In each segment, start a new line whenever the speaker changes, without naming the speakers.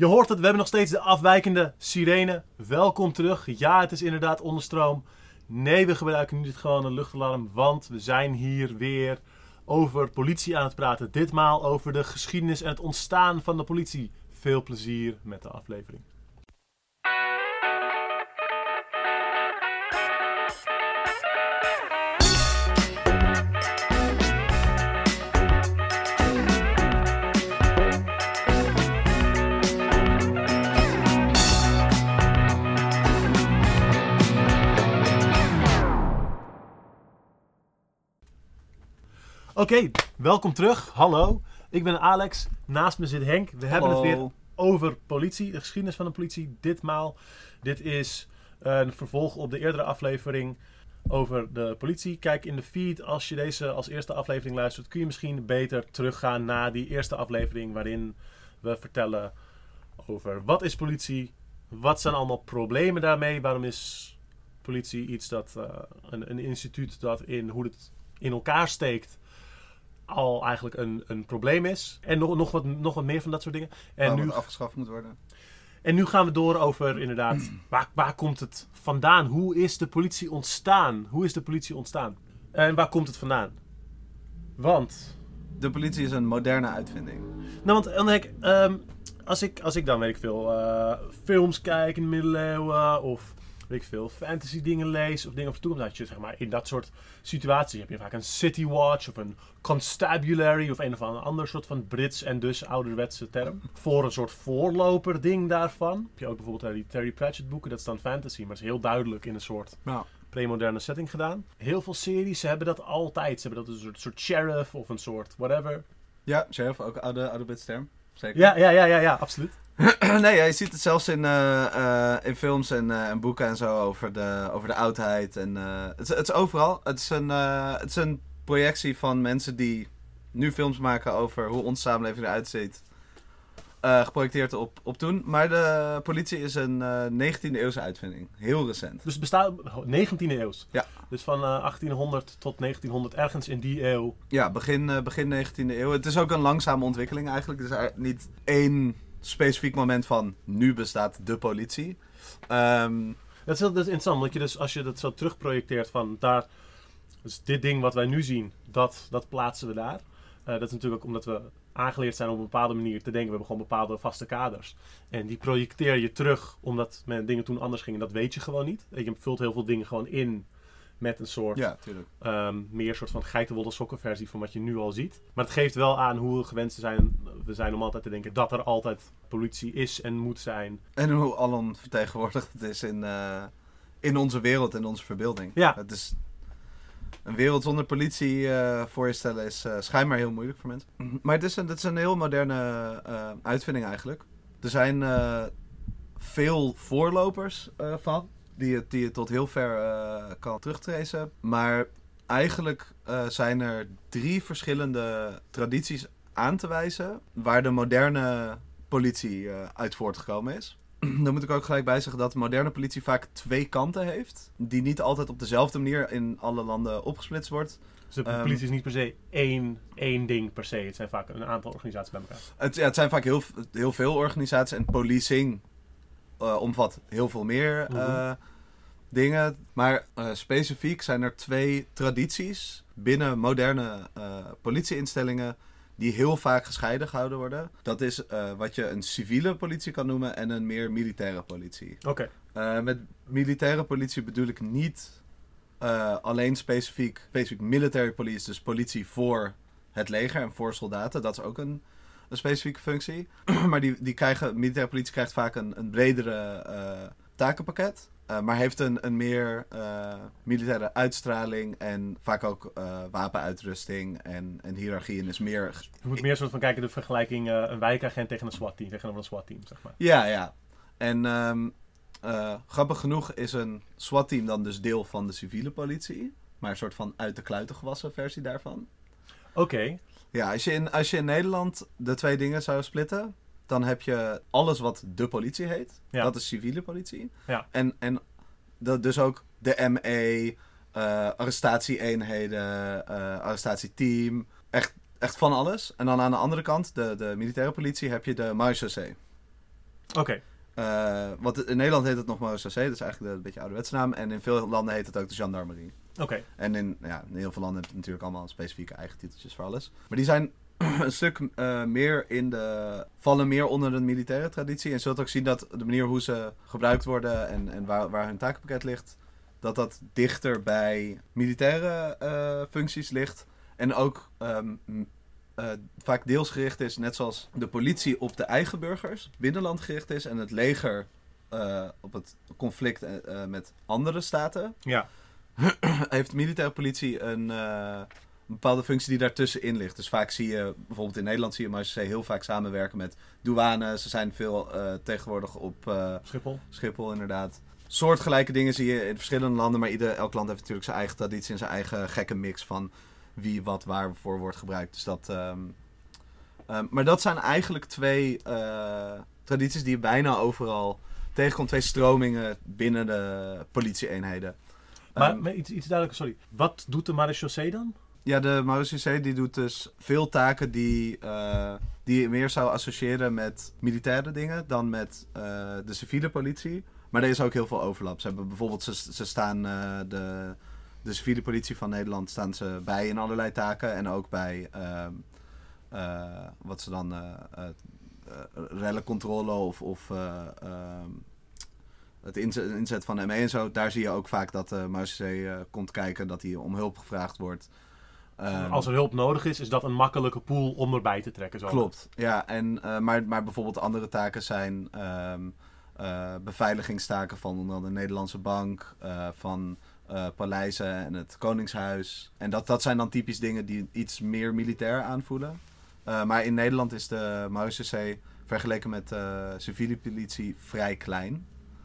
Je hoort het, we hebben nog steeds de afwijkende sirene. Welkom terug. Ja, het is inderdaad onderstroom. Nee, we gebruiken nu dit gewoon een luchtalarm, want we zijn hier weer over politie aan het praten. Ditmaal over de geschiedenis en het ontstaan van de politie. Veel plezier met de aflevering. Oké, welkom terug. Hallo, ik ben Alex. Naast me zit Henk. We hebben het weer over politie, de geschiedenis van de politie. Dit is een vervolg op de eerdere aflevering over de politie. Kijk in de feed, als je deze als eerste aflevering luistert, kun je misschien beter teruggaan naar die eerste aflevering waarin we vertellen over wat is politie, wat zijn allemaal problemen daarmee, waarom is politie iets dat een instituut dat in hoe het in elkaar steekt al eigenlijk een probleem is. En nog wat meer van dat soort dingen. En nu
afgeschaft moet worden.
En nu gaan we door over inderdaad, waar komt het vandaan? Hoe is de politie ontstaan? En waar komt het vandaan? Want
de politie is een moderne uitvinding.
Nou, want Henk, als ik dan, weet ik veel, films kijk in de middeleeuwen of weet ik veel, fantasy dingen lees of dingen over de toekomst. Dat je, zeg maar, in dat soort situaties heb je vaak een city watch of een constabulary of een of ander soort van Brits en dus ouderwetse term. Voor een soort voorloper ding daarvan. Heb je ook bijvoorbeeld die Terry Pratchett boeken, dat is dan fantasy, maar het is heel duidelijk in een soort premoderne setting gedaan. Heel veel series, ze hebben dat altijd. Ze hebben dat een soort sheriff of een soort whatever.
Ja, sheriff, ook ouderwetse term. Zeker.
Ja, absoluut.
Nee, je ziet het zelfs in films en boeken en zo over de oudheid. En, het is overal. Het is een projectie van mensen die nu films maken over hoe onze samenleving eruit ziet. Geprojecteerd op toen. Maar de politie is een 19e eeuwse uitvinding. Heel recent.
Dus het bestaat 19e eeuws?
Ja.
Dus van 1800 tot 1900, ergens in die eeuw?
Ja, begin 19e eeuw. Het is ook een langzame ontwikkeling eigenlijk. Het is niet één specifiek moment van nu bestaat de politie.
Dat is interessant, want dus, als je dat zo terugprojecteert van daar, dus dit ding wat wij nu zien, dat plaatsen we daar. Dat is natuurlijk ook omdat we aangeleerd zijn om op een bepaalde manier te denken. We hebben gewoon bepaalde vaste kaders. En die projecteer je terug omdat dingen toen anders gingen. Dat weet je gewoon niet. Je vult heel veel dingen gewoon in met een soort, meer soort van geitenwolle sokken versie van wat je nu al ziet. Maar het geeft wel aan hoe gewend we zijn om altijd te denken dat er altijd politie is en moet zijn.
En hoe alom vertegenwoordigd het is in onze wereld en onze verbeelding.
Ja.
Het is een wereld zonder politie voor je stellen is schijnbaar heel moeilijk voor mensen. Maar het is een heel moderne uitvinding eigenlijk. Er zijn veel voorlopers van. Die je tot heel ver kan terugtracen. Maar eigenlijk zijn er 3 verschillende tradities aan te wijzen waar de moderne politie uit voortgekomen is. Dan moet ik ook gelijk bij zeggen dat de moderne politie vaak 2 kanten heeft. Die niet altijd op dezelfde manier in alle landen opgesplitst wordt.
Dus de politie is niet per se één ding per se. Het zijn vaak een aantal organisaties bij elkaar.
Het zijn vaak heel veel organisaties. En policing omvat heel veel meer dingen. Maar specifiek zijn er 2 tradities binnen moderne politieinstellingen die heel vaak gescheiden gehouden worden. Dat is wat je een civiele politie kan noemen en een meer militaire politie.
Oké.
Met militaire politie bedoel ik niet alleen specifiek military police, dus politie voor het leger en voor soldaten. Dat is ook een specifieke functie. Maar militaire politie krijgt vaak een bredere takenpakket. Maar heeft een meer militaire uitstraling en vaak ook wapenuitrusting en hiërarchie. En is meer...
Je moet meer soort van kijken de vergelijking een wijkagent tegen een SWAT-team, tegenover een SWAT-team, zeg maar.
Ja. En grappig genoeg is een SWAT-team dan dus deel van de civiele politie. Maar een soort van uit de kluiten gewassen versie daarvan.
Oké.
Ja, als je in Nederland de 2 dingen zou splitten, dan heb je alles wat de politie heet. Ja. Dat is civiele politie.
Ja.
En dat dus ook de ME, arrestatieeenheden, arrestatieteam. Echt van alles. En dan aan de andere kant, de militaire politie, heb je de marechaussee.
Oké.
Want in Nederland heet het nog marechaussee, dat is eigenlijk een beetje een ouderwetse naam. En in veel landen heet het ook de gendarmerie.
Oké.
En in heel veel landen hebben het natuurlijk allemaal specifieke eigen titeltjes voor alles. Maar die zijn een stuk meer vallen meer onder de militaire traditie. En je zult ook zien dat de manier hoe ze gebruikt worden en waar hun takenpakket ligt, dat dichter bij militaire functies ligt. En ook vaak deels gericht is, net zoals de politie op de eigen burgers, binnenland gericht is. En het leger op het conflict met andere staten.
Ja.
Heeft de militaire politie een bepaalde functie die daartussenin ligt. Dus vaak zie je, bijvoorbeeld in Nederland zie je marechaussee heel vaak samenwerken met douane. Ze zijn veel tegenwoordig op Schiphol inderdaad. Soortgelijke dingen zie je in verschillende landen, maar elk land heeft natuurlijk zijn eigen traditie en zijn eigen gekke mix van wie wat waarvoor wordt gebruikt. Dus maar dat zijn eigenlijk twee tradities die je bijna overal tegenkomt. Twee stromingen binnen de politieeenheden.
Maar iets duidelijker, sorry. Wat doet de marechaussee dan?
Ja, de marechaussee die doet dus veel taken die je meer zou associëren met militaire dingen dan met de civiele politie. Maar er is ook heel veel overlap. Ze hebben bijvoorbeeld, ze staan de civiele politie van Nederland staan ze bij in allerlei taken. En ook bij wat ze dan rellencontrole of het inzet van ME en zo. Daar zie je ook vaak dat de marechaussee komt kijken, dat hij om hulp gevraagd wordt.
Als er hulp nodig is dat een makkelijke pool om erbij te trekken. Zo.
Klopt, ja. Maar bijvoorbeeld andere taken zijn beveiligingstaken van onder andere de Nederlandse Bank, van paleizen en het Koningshuis. En dat zijn dan typisch dingen die iets meer militair aanvoelen. Maar in Nederland is de marechaussee vergeleken met de civiele politie vrij klein.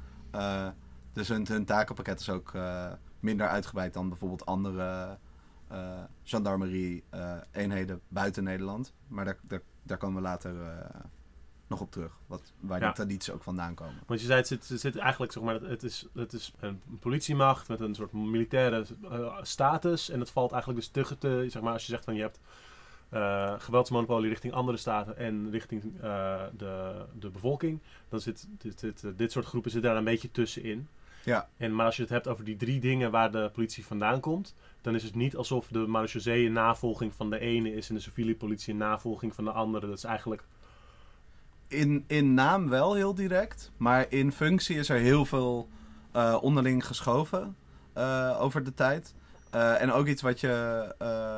Dus hun takenpakket is ook minder uitgebreid dan bijvoorbeeld andere gendarmerie-eenheden buiten Nederland. Maar daar komen we later nog op terug. Waar die tradities ook vandaan komen.
Want je zei, het zit eigenlijk, zeg maar, het is een politiemacht met een soort militaire status. En het valt eigenlijk dus zeg maar, als je zegt van je hebt geweldsmonopolie richting andere staten en richting de bevolking. Dan zit dit soort groepen zitten daar een beetje tussenin.
Ja.
Maar als je het hebt over die drie dingen waar de politie vandaan komt, dan is het niet alsof de marechaussee een navolging van de ene is en de civiele politie een navolging van de andere. Dat is eigenlijk...
In naam wel heel direct, maar in functie is er heel veel onderling geschoven over de tijd. En ook iets wat je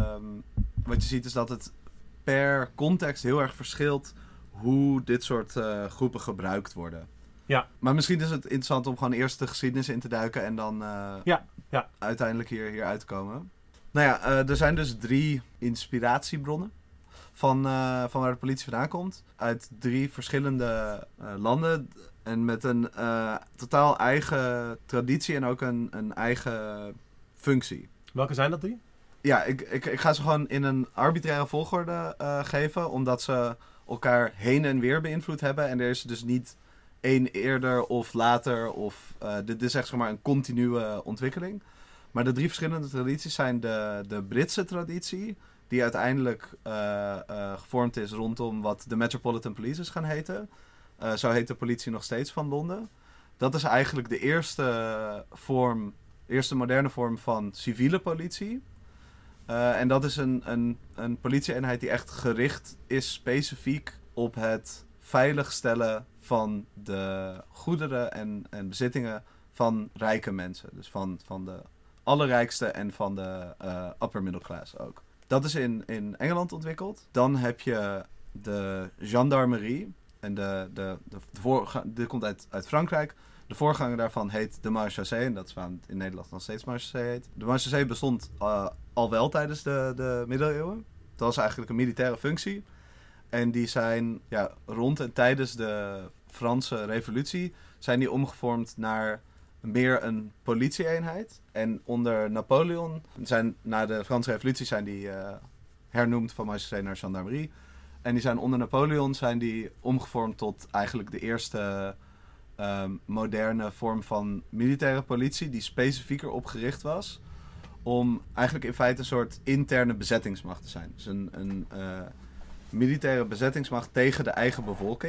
ziet is dat het per context heel erg verschilt hoe dit soort groepen gebruikt worden.
Ja.
Maar misschien is het interessant om gewoon eerst de geschiedenis in te duiken en dan uiteindelijk hier uit te komen. Nou ja, er zijn dus 3 inspiratiebronnen van waar de politie vandaan komt. Uit 3 verschillende landen en met een totaal eigen traditie en ook een eigen functie.
Welke zijn dat 3?
Ja, ik ga ze gewoon in een arbitraire volgorde geven, omdat ze elkaar heen en weer beïnvloed hebben. En er is dus niet één eerder of later. Dit is echt zeg maar een continue ontwikkeling. Maar de 3 verschillende tradities zijn de Britse traditie, die uiteindelijk gevormd is rondom wat de Metropolitan Police is gaan heten. Zo heet de politie nog steeds van Londen. Dat is eigenlijk de eerste moderne vorm van civiele politie. En dat is een politie-eenheid die echt gericht is specifiek op het veiligstellen van de goederen en bezittingen van rijke mensen. Dus van de allerrijkste en van de upper middle class ook. Dat is in Engeland ontwikkeld. Dan heb je de gendarmerie. En dit komt uit Frankrijk. De voorganger daarvan heet de marechaussee. En dat is waarom het in Nederland nog steeds marechaussee heet. De marechaussee bestond al wel tijdens de middeleeuwen. Dat was eigenlijk een militaire functie. En die zijn rond en tijdens de Franse revolutie zijn die omgevormd naar meer een politie-eenheid. En onder Napoleon, na de Franse revolutie zijn die hernoemd van marechaussee naar gendarmerie. En die zijn onder Napoleon zijn die omgevormd tot eigenlijk de eerste moderne vorm van militaire politie die specifieker opgericht was om eigenlijk in feite een soort interne bezettingsmacht te zijn. Dus een militaire bezettingsmacht tegen de eigen bevolking.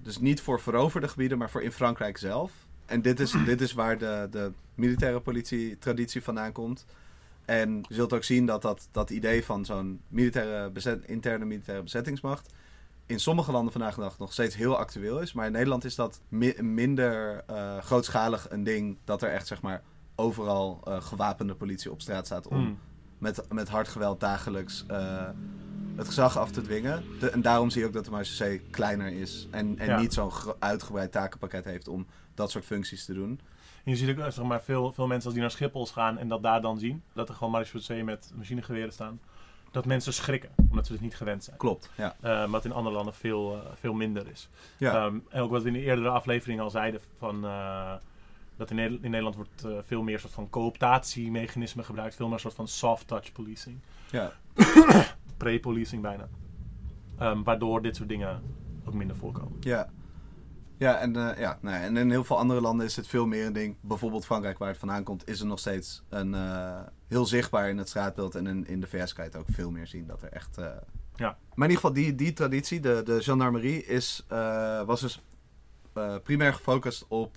Dus niet voor veroverde gebieden, maar voor in Frankrijk zelf. En dit is waar de militaire politie-traditie vandaan komt. En je zult ook zien dat idee van zo'n interne militaire bezettingsmacht in sommige landen vandaag de dag nog steeds heel actueel is. Maar in Nederland is dat minder grootschalig een ding dat er echt zeg maar overal gewapende politie op straat staat om met hard geweld dagelijks het gezag af te dwingen. En daarom zie je ook dat de marechaussee kleiner is en niet zo'n uitgebreid takenpakket heeft om dat soort functies te doen.
En je ziet ook zeg maar, veel mensen als die naar Schiphol gaan en dat daar dan zien, dat er gewoon marechaussee met machinegeweren staan, dat mensen schrikken, omdat ze dus niet gewend zijn.
Klopt, ja.
Wat in andere landen veel minder is.
Ja.
En ook wat we in de eerdere aflevering al zeiden, van, dat in Nederland wordt veel meer soort van cooptatiemechanismen gebruikt, veel meer een soort van soft touch policing.
Ja.
Pre-policing bijna. Waardoor dit soort dingen ook minder voorkomen.
Ja. Ja, en in heel veel andere landen is het veel meer een ding. Bijvoorbeeld Frankrijk, waar het vandaan komt, is er nog steeds heel zichtbaar in het straatbeeld. En in de VS kan je het ook veel meer zien dat er echt...
Ja.
Maar in ieder geval, die traditie, de gendarmerie, was dus primair gefocust op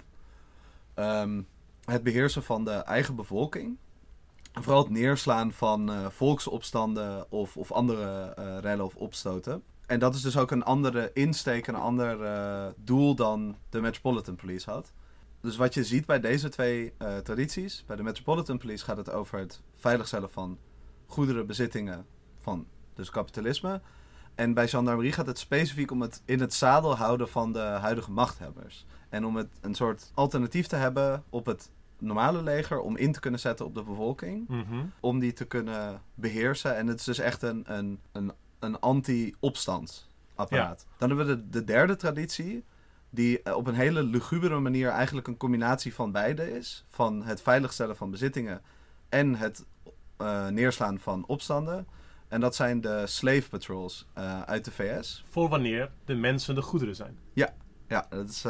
het beheersen van de eigen bevolking. En vooral het neerslaan van volksopstanden of andere rellen of opstoten. En dat is dus ook een andere insteek, een ander doel dan de Metropolitan Police had. Dus wat je ziet bij deze twee tradities, bij de Metropolitan Police gaat het over het veiligstellen van goederen, bezittingen van dus kapitalisme. En bij gendarmerie gaat het specifiek om het in het zadel houden van de huidige machthebbers. En om het een soort alternatief te hebben op het normale leger, om in te kunnen zetten op de bevolking.
Mm-hmm.
Om die te kunnen beheersen. En het is dus echt een anti-opstandsapparaat. Ja. Dan hebben we de derde traditie, die op een hele lugubere manier eigenlijk een combinatie van beide is. Van het veiligstellen van bezittingen en het neerslaan van opstanden. En dat zijn de slave patrols uit de VS.
Voor wanneer de mensen de goederen zijn.
Ja, dat is...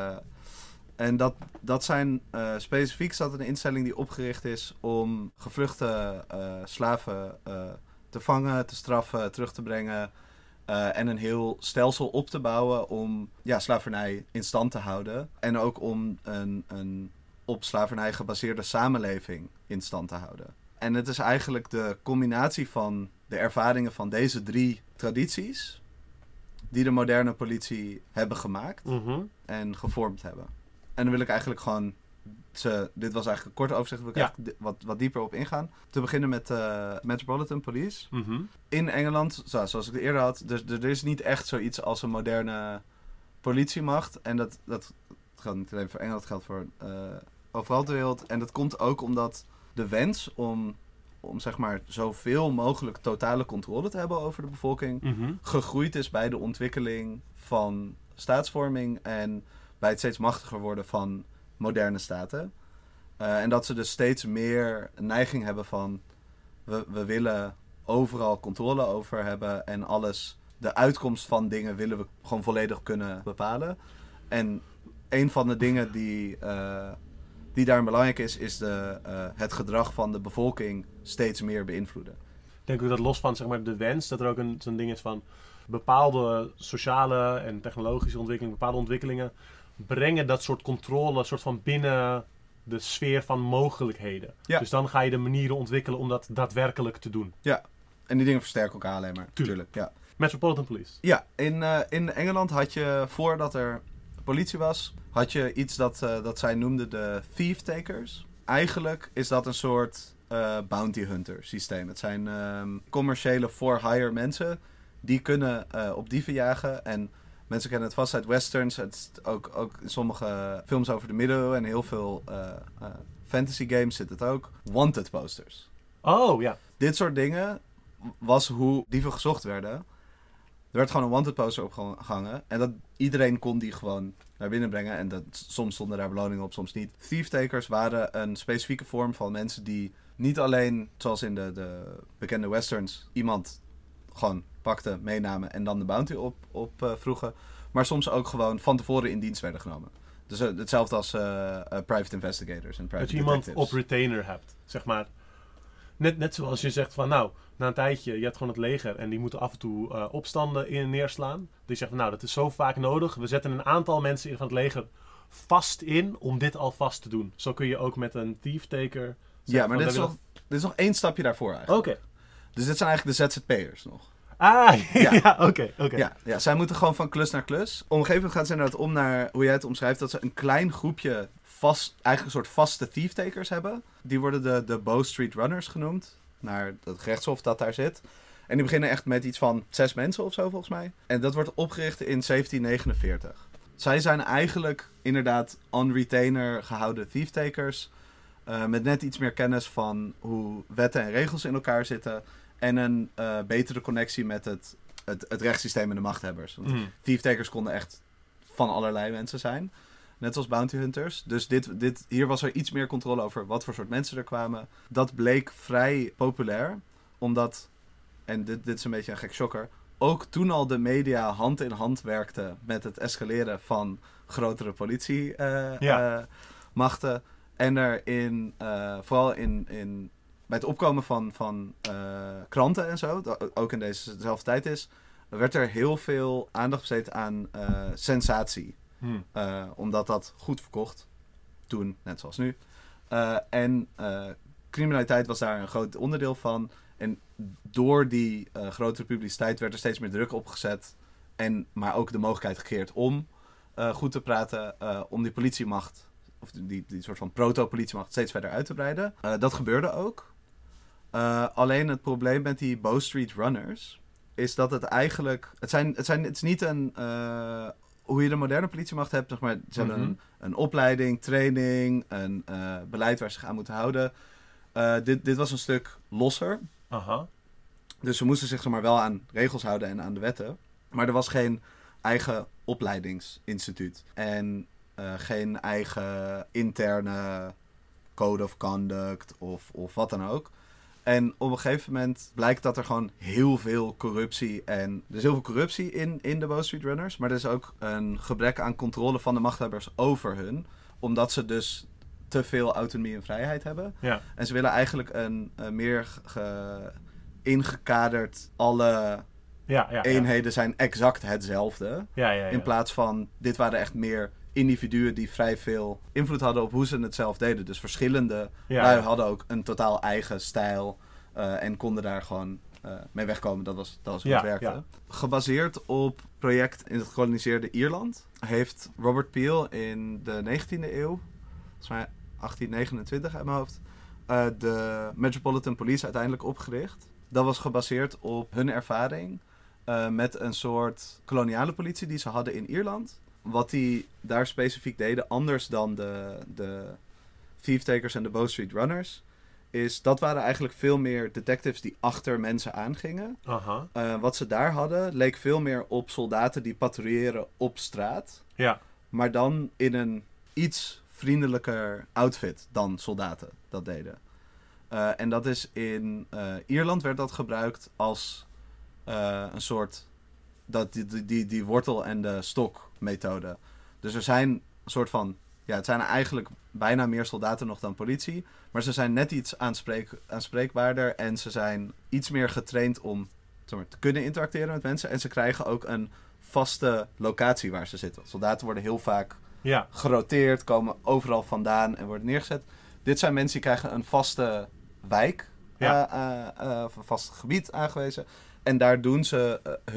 En dat zijn specifiek is dat een instelling die opgericht is om gevluchte slaven te vangen, te straffen, terug te brengen. En een heel stelsel op te bouwen om slavernij in stand te houden. En ook om een op slavernij gebaseerde samenleving in stand te houden. En het is eigenlijk de combinatie van de ervaringen van deze drie tradities die de moderne politie hebben gemaakt en gevormd hebben. En dan wil ik eigenlijk gewoon... dit was eigenlijk een kort overzicht. Wil ik eigenlijk wat dieper op ingaan. Te beginnen met Metropolitan Police.
Mm-hmm.
In Engeland, zoals ik het eerder had... Er is niet echt zoiets als een moderne politiemacht. En dat geldt niet alleen voor Engeland. Dat geldt voor overal ter wereld. En dat komt ook omdat de wens om zeg maar zoveel mogelijk totale controle te hebben over de bevolking... gegroeid is bij de ontwikkeling van staatsvorming... en bij het steeds machtiger worden van moderne staten. En dat ze dus steeds meer een neiging hebben van... We willen overal controle over hebben en alles... De uitkomst van dingen willen we gewoon volledig kunnen bepalen. En een van de dingen die daarin belangrijk is het gedrag van de bevolking steeds meer beïnvloeden.
Ik denk ook dat los van zeg maar, de wens, dat er ook zo'n ding is van... bepaalde sociale en technologische ontwikkelingen, bepaalde ontwikkelingen... brengen dat soort controle soort van binnen de sfeer van mogelijkheden. Ja. Dus dan ga je de manieren ontwikkelen om dat daadwerkelijk te doen.
Ja, en die dingen versterken elkaar alleen maar. Tuurlijk. Ja.
Metropolitan Police.
Ja, in Engeland had je, voordat er politie was, had je iets dat zij noemden de thief takers. Eigenlijk is dat een soort bounty hunter systeem. Het zijn commerciële for-hire mensen die kunnen op dieven jagen en... Mensen kennen het vast uit westerns. Het is ook in sommige films over de middeleeuwen en heel veel fantasy games zit het ook. Wanted posters.
Oh, ja.
Dit soort dingen was hoe dieven gezocht werden. Er werd gewoon een wanted poster opgehangen. En dat iedereen kon die gewoon naar binnen brengen. En soms stonden daar beloningen op, soms niet. Thief takers waren een specifieke vorm van mensen die niet alleen, zoals in de bekende westerns, iemand gewoon pakten, meenamen en dan de bounty op vroegen. Maar soms ook gewoon van tevoren in dienst werden genomen. Dus hetzelfde als private investigators en private detectives.
Dat je iemand op retainer hebt, zeg maar. net zoals je zegt van nou, na een tijdje, je hebt gewoon het leger en die moeten af en toe opstanden neerslaan. Dus je zegt nou, dat is zo vaak nodig. We zetten een aantal mensen in van het leger vast in om dit alvast te doen. Zo kun je ook met een thief-taker...
Ja, maar dit is nog 1 stapje daarvoor eigenlijk.
Oké.
Dus dit zijn eigenlijk de ZZP'ers nog.
Ah,
Ja.
ja, oké.
Ja, zij moeten gewoon van klus naar klus. Op een gegeven moment gaat ze inderdaad om naar, hoe jij het omschrijft, dat ze een klein groepje eigenlijk een soort vaste thief-takers hebben. Die worden de Bow Street Runners genoemd, naar het gerechtshof dat daar zit. En die beginnen echt met iets van 6 mensen of zo volgens mij. En dat wordt opgericht in 1749. Zij zijn eigenlijk inderdaad on retainer gehouden thief-takers. Met net iets meer kennis van hoe wetten en regels in elkaar zitten. En een betere connectie met het rechtssysteem en de machthebbers. Want thief-takers konden echt van allerlei mensen zijn. Net als bounty hunters. Dus hier was er iets meer controle over wat voor soort mensen er kwamen. Dat bleek vrij populair. Omdat, en dit is een beetje een gek shocker, ook toen al de media hand in hand werkte met het escaleren van grotere politiemachten. En er vooral bij het opkomen van kranten en zo, dat ook in dezezelfde tijd is, werd er heel veel aandacht besteed aan sensatie. Omdat dat goed verkocht. Toen, net zoals nu. En criminaliteit was daar een groot onderdeel van. En door die grotere publiciteit werd er steeds meer druk opgezet. Maar ook de mogelijkheid gecreëerd om goed te praten. Om die politiemacht, of die soort van proto-politiemacht, steeds verder uit te breiden. Dat gebeurde ook. Alleen het probleem met die Bow Street Runners is dat het eigenlijk... Het is niet een... hoe je de moderne politiemacht hebt, zeg maar, ze hebben een opleiding, training, een beleid waar ze zich aan moeten houden. Dit was een stuk losser.
Aha.
Dus ze moesten zich zeg maar wel aan regels houden en aan de wetten. Maar er was geen eigen opleidingsinstituut. En geen eigen interne code of conduct of wat dan ook. En op een gegeven moment blijkt dat er gewoon heel veel corruptie... En er is heel veel corruptie in de Bow Street Runners. Maar er is ook een gebrek aan controle van de machthebbers over hun. Omdat ze dus te veel autonomie en vrijheid hebben.
Ja.
En ze willen eigenlijk een meer ingekaderd... Alle eenheden zijn exact hetzelfde. In plaats van, dit waren echt meer individuen die vrij veel invloed hadden op hoe ze het zelf deden. Dus verschillende lui hadden ook een totaal eigen stijl en konden daar gewoon mee wegkomen. Dat was hoe het werkte. Ja. Gebaseerd op project in het gekoloniseerde Ierland heeft Robert Peel in de 19e eeuw, volgens mij 1829 uit mijn hoofd, de Metropolitan Police uiteindelijk opgericht. Dat was gebaseerd op hun ervaring met een soort koloniale politie die ze hadden in Ierland. Wat die daar specifiek deden, anders dan de thief-takers en de Bow Street Runners, is dat waren eigenlijk veel meer detectives die achter mensen aangingen. Wat ze daar hadden, leek veel meer op soldaten die patrouilleren op straat. Ja. Maar dan in een iets vriendelijker outfit dan soldaten dat deden. En dat is in Ierland werd dat gebruikt als een soort... die wortel- en de stok-methode. Dus er zijn een soort van... Ja, het zijn eigenlijk bijna meer soldaten nog dan politie. Maar ze zijn net iets aanspreekbaarder. En ze zijn iets meer getraind om te kunnen interacteren met mensen. En ze krijgen ook een vaste locatie waar ze zitten. Soldaten worden heel vaak geroteerd, komen overal vandaan en worden neergezet. Dit zijn mensen die krijgen een vaste wijk, of een vast gebied aangewezen. En daar doen ze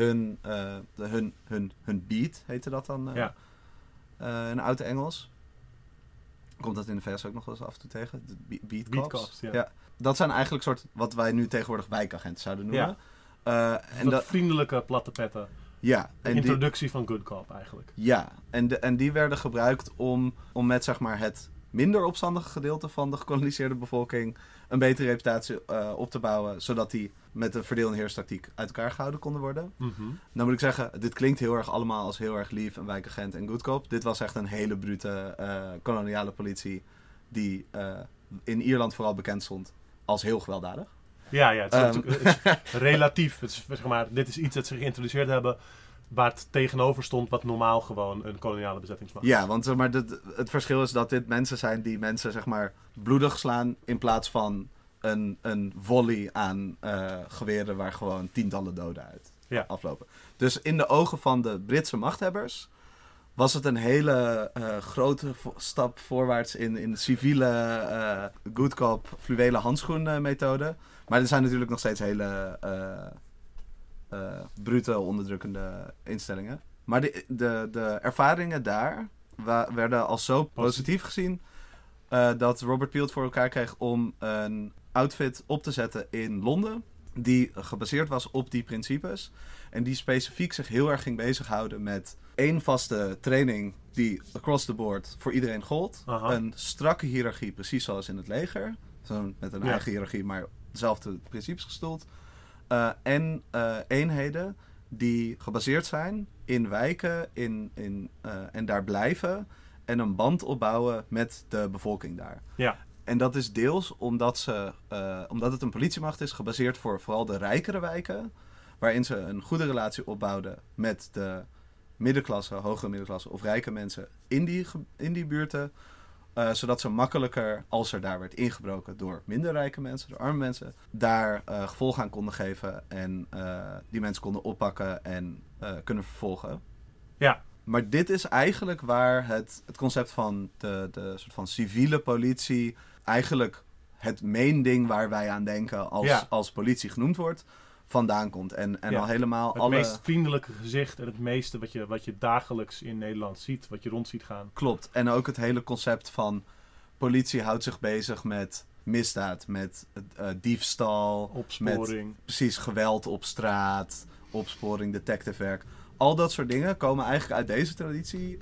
hun beat, heette dat dan in oud Engels. Komt dat in de VS ook nog wel eens af en toe tegen? De beat cops. Ja. Dat zijn eigenlijk soort wat wij nu tegenwoordig wijkagenten zouden noemen.
En dat vriendelijke platte petten.
Ja.
De introductie van Good Cop eigenlijk.
Ja, en die werden gebruikt om met zeg maar het minder opstandige gedeelte van de gekoloniseerde bevolking een betere reputatie op te bouwen, zodat die met een verdeel- en heerstactiek uit elkaar gehouden konden worden. Dan moet ik zeggen, dit klinkt heel erg allemaal als heel erg lief, een wijkagent en good cop. Dit was echt een hele brute koloniale politie die in Ierland vooral bekend stond als heel gewelddadig.
Ja, het is relatief. Het is, zeg maar, dit is iets dat ze geïntroduceerd hebben waar het tegenover stond wat normaal gewoon een koloniale bezettingsmacht.
Ja, want het verschil is dat dit mensen zijn die mensen zeg maar bloedig slaan in plaats van een volley aan geweren waar gewoon tientallen doden uit aflopen. Dus in de ogen van de Britse machthebbers was het een hele grote stap voorwaarts in de civiele good cop fluwelen handschoen methode. Maar er zijn natuurlijk nog steeds hele brute, onderdrukkende instellingen. Maar de ervaringen daar werden als zo positief gezien dat Robert Peel het voor elkaar kreeg om een outfit op te zetten in Londen die gebaseerd was op die principes. En die specifiek zich heel erg ging bezighouden met één vaste training die across the board voor iedereen gold.
Aha.
Een strakke hiërarchie, precies zoals in het leger. Met een eigen hiërarchie, maar dezelfde principes gestoeld. En eenheden die gebaseerd zijn in wijken en daar blijven en een band opbouwen met de bevolking daar.
Ja.
En dat is deels omdat het een politiemacht is gebaseerd voor vooral de rijkere wijken, waarin ze een goede relatie opbouwden met de middenklasse, hogere middenklasse of rijke mensen in die buurten. Zodat ze makkelijker, als er daar werd ingebroken door minder rijke mensen, door arme mensen, daar gevolg aan konden geven en die mensen konden oppakken en kunnen vervolgen.
Ja.
Maar dit is eigenlijk waar het concept van de soort van civiele politie eigenlijk het main ding waar wij aan denken als politie genoemd wordt, vandaan komt. En al helemaal
het meest vriendelijke gezicht en het meeste wat je dagelijks in Nederland ziet, wat je rond ziet gaan.
Klopt. En ook het hele concept van politie houdt zich bezig met misdaad, met diefstal,
opsporing.
Met precies geweld op straat, opsporing, detectivewerk. Al dat soort dingen komen eigenlijk uit deze traditie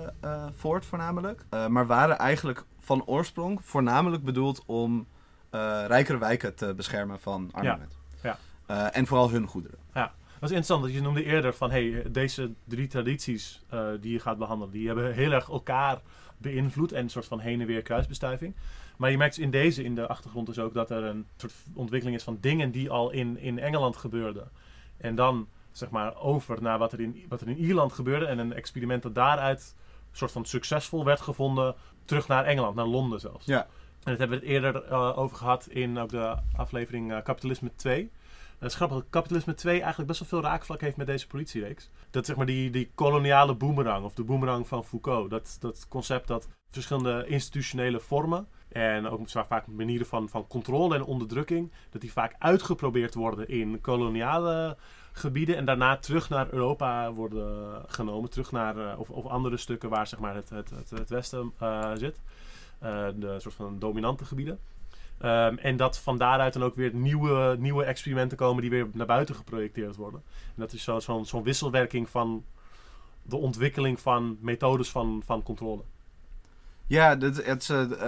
voort voornamelijk. Maar waren eigenlijk van oorsprong voornamelijk bedoeld om rijkere wijken te beschermen van armament.
Ja.
En vooral hun goederen.
Ja, dat is interessant. Dat je noemde eerder van deze 3 tradities die je gaat behandelen, die hebben heel erg elkaar beïnvloed en een soort van heen en weer kruisbestuiving. Maar je merkt in de achtergrond dus ook dat er een soort ontwikkeling is van dingen die al in Engeland gebeurden. En dan zeg maar over naar wat er in Ierland gebeurde en een experiment dat daaruit soort van succesvol werd gevonden, terug naar Engeland, naar Londen zelfs.
Ja.
En dat hebben we het eerder over gehad in ook de aflevering Kapitalisme 2. Het is grappig dat Kapitalisme 2 eigenlijk best wel veel raakvlak heeft met deze politiereeks. Dat zeg maar die koloniale boomerang of de boomerang van Foucault. Dat concept dat verschillende institutionele vormen en ook vaak manieren van controle en onderdrukking, dat die vaak uitgeprobeerd worden in koloniale gebieden en daarna terug naar Europa worden genomen. Terug naar of andere stukken waar zeg maar het Westen zit. De soort van dominante gebieden. En dat van daaruit dan ook weer nieuwe experimenten komen die weer naar buiten geprojecteerd worden. En dat is zo'n wisselwerking van de ontwikkeling van methodes van controle.
Ja, het is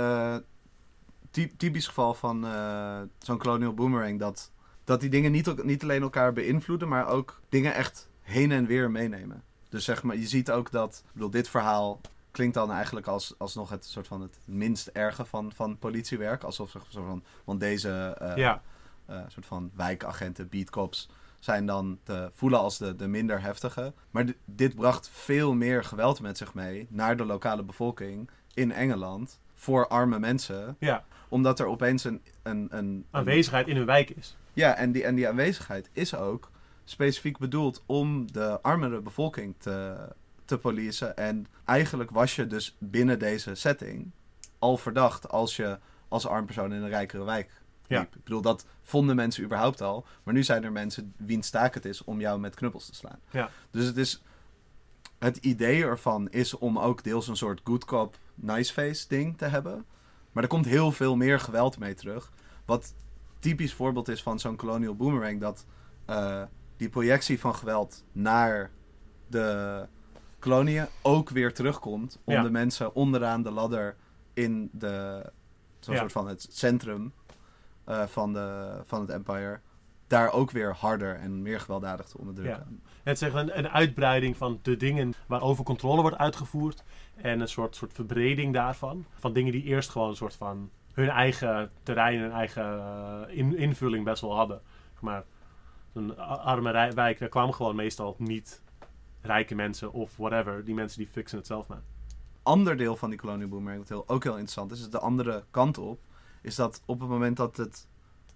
typisch geval van zo'n colonial boomerang. Dat die dingen niet alleen elkaar beïnvloeden, maar ook dingen echt heen en weer meenemen. Dus zeg maar, je ziet ook dat, dit verhaal klinkt dan eigenlijk alsnog het soort van het minst erge van politiewerk. Alsof ze soort van, want deze soort van wijkagenten, beatcops, zijn dan te voelen als de minder heftige. Maar dit bracht veel meer geweld met zich mee naar de lokale bevolking in Engeland voor arme mensen. Ja. Omdat er opeens een
aanwezigheid in hun wijk is.
Ja, en die aanwezigheid is ook specifiek bedoeld om de armere bevolking te policen. En eigenlijk was je dus binnen deze setting al verdacht als je als arm persoon in een rijkere wijk liep. Ja. Ik bedoel, dat vonden mensen überhaupt al. Maar nu zijn er mensen wiens taak het is om jou met knuppels te slaan. Ja. Dus het idee ervan is om ook deels een soort good cop, nice face ding te hebben. Maar er komt heel veel meer geweld mee terug. Wat typisch voorbeeld is van zo'n colonial boomerang, dat die projectie van geweld naar de koloniën ook weer terugkomt om de mensen onderaan de ladder in zo'n soort van het centrum van het empire daar ook weer harder en meer gewelddadig te onderdrukken.
Ja. Het is een uitbreiding van de dingen waarover controle wordt uitgevoerd en een soort verbreding daarvan. Van dingen die eerst gewoon een soort van hun eigen terrein en eigen invulling best wel hadden. Maar een arme wijk, daar kwamen gewoon meestal niet rijke mensen of whatever. Die mensen die fixen het zelf maar.
Ander deel van die colonial boomerang, wat ook heel interessant is de andere kant op, is dat op het moment dat het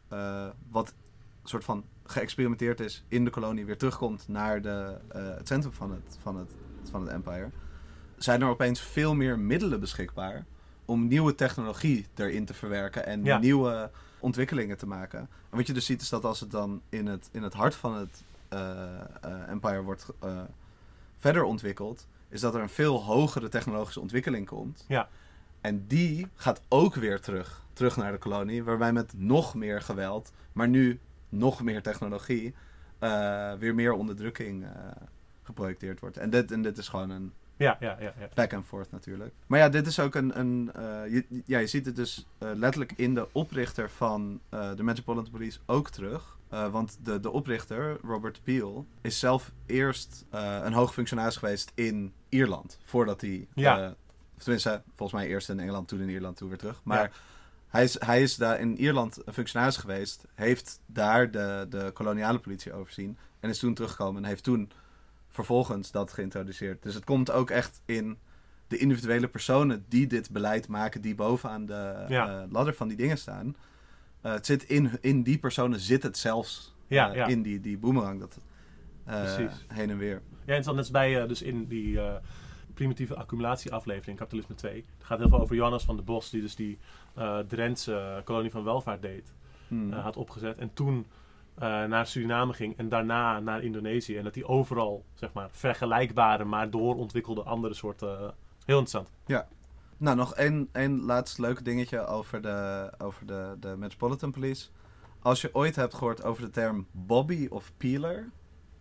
wat soort van geëxperimenteerd is in de kolonie weer terugkomt naar het centrum van het empire, zijn er opeens veel meer middelen beschikbaar om nieuwe technologie erin te verwerken en nieuwe ontwikkelingen te maken. En wat je dus ziet is dat als het dan in het hart van het empire wordt verder ontwikkeld, is dat er een veel hogere technologische ontwikkeling komt.
Ja.
En die gaat ook weer terug naar de kolonie, waarbij met nog meer geweld, maar nu nog meer technologie, weer meer onderdrukking geprojecteerd wordt. En dit is gewoon een back and forth natuurlijk. Maar ja, dit is ook je ziet het dus letterlijk in de oprichter van de Metropolitan Police ook terug. Want de oprichter, Robert Peel, is zelf eerst een hoogfunctionaris geweest in Ierland. Voordat hij, tenminste, volgens mij eerst in Engeland, toen in Ierland, toen weer terug. Maar hij is daar in Ierland een functionaris geweest, heeft daar de koloniale politie overzien en is toen teruggekomen en heeft toen vervolgens dat geïntroduceerd. Dus het komt ook echt in de individuele personen die dit beleid maken, die bovenaan de ladder van die dingen staan. Het zit in die personen zit het zelfs in die boomerang. Dat heen en weer.
Ja, en dan net bij dus in die primitieve accumulatieaflevering, Kapitalisme 2. Het gaat heel veel over Johannes van der Bos, die dus die Drentse kolonie van welvaart deed. Had opgezet. En toen naar Suriname ging en daarna naar Indonesië. En dat die overal, zeg maar, vergelijkbare, maar doorontwikkelde andere soorten. Heel interessant.
Ja. Nou, nog één laatst leuk dingetje over de Metropolitan Police. Als je ooit hebt gehoord over de term Bobby of Peeler.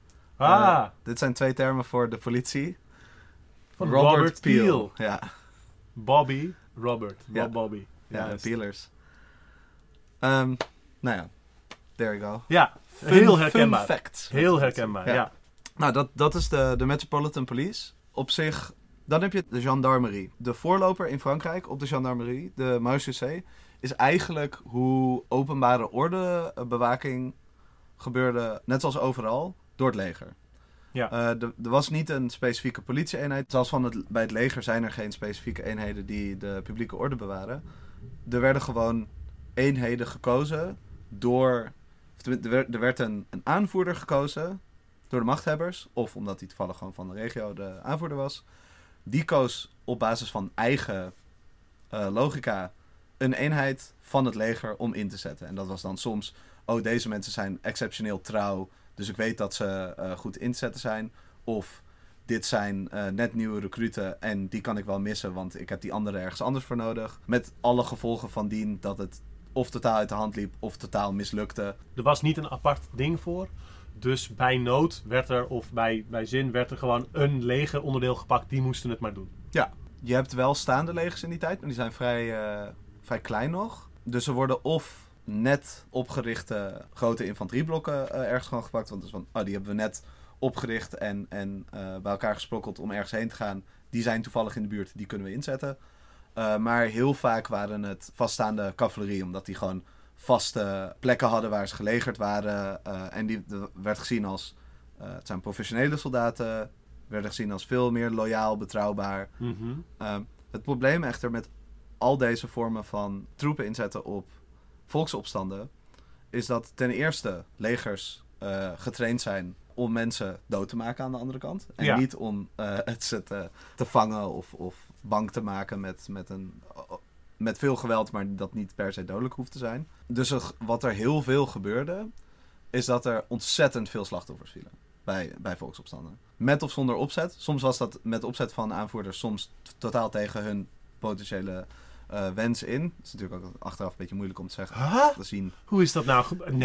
Dit zijn 2 termen voor de politie.
Van Robert Peel.
Ja.
Bobby, Robert. Bobby.
Ja, Peelers. Nou ja, there you go.
Ja, heel herkenbaar.
Fun fact.
Heel herkenbaar, ja.
Nou, dat is de Metropolitan Police. Op zich, dan heb je de gendarmerie. De voorloper in Frankrijk op de gendarmerie, de marechaussee, is eigenlijk hoe openbare ordebewaking gebeurde, net zoals overal, door het leger. Ja. Er was niet een specifieke politieeenheid. Zoals bij het leger zijn er geen specifieke eenheden die de publieke orde bewaren. Er werden gewoon eenheden gekozen er werd een aanvoerder gekozen door de machthebbers. Of omdat hij toevallig gewoon van de regio de aanvoerder was. Die koos op basis van eigen logica een eenheid van het leger om in te zetten. En dat was dan soms, deze mensen zijn exceptioneel trouw, dus ik weet dat ze goed in te zetten zijn. Of dit zijn net nieuwe recruten en die kan ik wel missen, want ik heb die andere ergens anders voor nodig. Met alle gevolgen van dien dat het of totaal uit de hand liep of totaal mislukte.
Er was niet een apart ding voor. Dus bij nood werd er, of bij zin werd er gewoon een legeronderdeel gepakt. Die moesten het maar doen.
Ja, je hebt wel staande legers in die tijd, maar die zijn vrij klein nog. Dus er worden of net opgerichte grote infanterieblokken ergens gewoon gepakt. Want dus die hebben we net opgericht en bij elkaar gesprokkeld om ergens heen te gaan. Die zijn toevallig in de buurt, die kunnen we inzetten. Maar heel vaak waren het vaststaande cavalerie, omdat die gewoon vaste plekken hadden waar ze gelegerd waren. En die werd gezien als, het zijn professionele soldaten, werden gezien als veel meer loyaal, betrouwbaar.
Mm-hmm.
Het probleem echter met al deze vormen van troepen inzetten op volksopstanden, is dat ten eerste legers getraind zijn om mensen dood te maken aan de andere kant. En niet om ze te vangen of bang te maken met veel geweld, maar dat niet per se dodelijk hoeft te zijn. Dus wat er heel veel gebeurde, is dat er ontzettend veel slachtoffers vielen bij volksopstanden. Met of zonder opzet. Soms was dat met opzet van aanvoerders, soms totaal tegen hun potentiële wens in. Dat is natuurlijk ook achteraf een beetje moeilijk om te zeggen. Te zien.
Hoe is dat nou?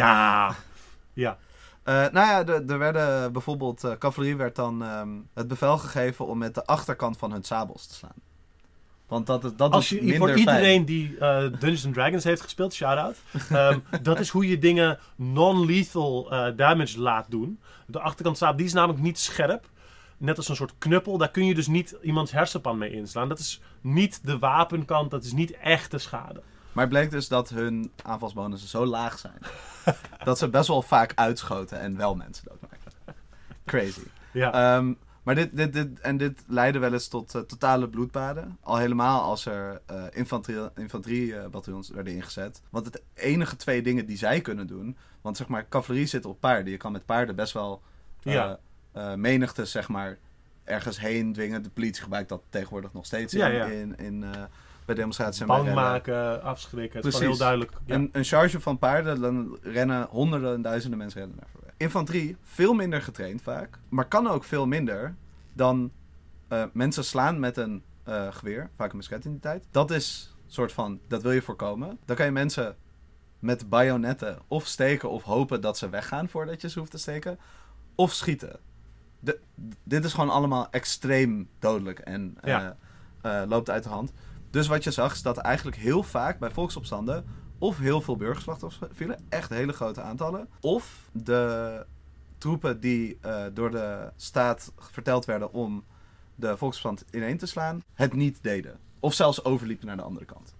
Ja.
Er werden bijvoorbeeld, cavalerie werd dan het bevel gegeven om met de achterkant van hun sabels te slaan. Want dat is minder
voor iedereen
fijn.
die Dungeons & Dragons heeft gespeeld, shout-out. Dat is hoe je dingen non-lethal damage laat doen. De achterkant sabel, die is namelijk niet scherp. Net als een soort knuppel. Daar kun je dus niet iemands hersenpan mee inslaan. Dat is niet de wapenkant, dat is niet echte schade.
Maar het bleek dus dat hun aanvalsbonussen zo laag zijn dat ze best wel vaak uitschoten en wel mensen doodmaken. Crazy.
Ja.
Maar dit leidde wel eens tot totale bloedbaden. Al helemaal als er infanteriebataljons werden ingezet. Want het enige 2 dingen die zij kunnen doen... Want zeg maar, cavalerie zit op paarden. Je kan met paarden best wel menigte, zeg maar, ergens heen dwingen. De politie gebruikt dat tegenwoordig nog steeds bij demonstraties.
Bang maken, afschrikken. Het is gewoon heel duidelijk. Ja.
Een charge van paarden, dan rennen honderden en duizenden mensen rennen naar voorbij. Infanterie, veel minder getraind vaak. Maar kan ook veel minder dan mensen slaan met een geweer. Vaak een musket in die tijd. Dat is soort van, dat wil je voorkomen. Dan kan je mensen met bajonetten of steken of hopen dat ze weggaan voordat je ze hoeft te steken. Of schieten. Dit is gewoon allemaal extreem dodelijk en loopt uit de hand. Dus wat je zag is dat eigenlijk heel vaak bij volksopstanden of heel veel burgerslachtoffers vielen, echt hele grote aantallen. Of de troepen die door de staat verteld werden om de volksopstand ineen te slaan, het niet deden. Of zelfs overliepen naar de andere kant.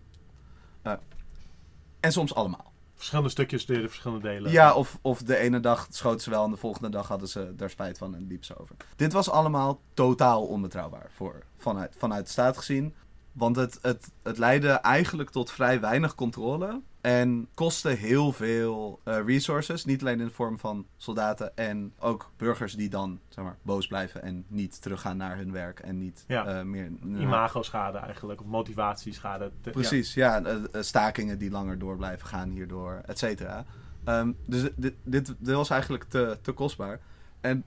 En soms allemaal.
Verschillende stukjes deden verschillende delen.
Ja, of de ene dag schoten ze wel en de volgende dag hadden ze daar spijt van en liepen ze over. Dit was allemaal totaal onbetrouwbaar vanuit de staat gezien. Want het leidde eigenlijk tot vrij weinig controle. En kostte heel veel resources. Niet alleen in de vorm van soldaten en ook burgers die dan, zeg maar, boos blijven en niet teruggaan naar hun werk. En niet meer...
Imago-schade eigenlijk, of motivatieschade.
Precies, stakingen die langer door blijven gaan hierdoor, et cetera. Dus dit was eigenlijk te kostbaar. En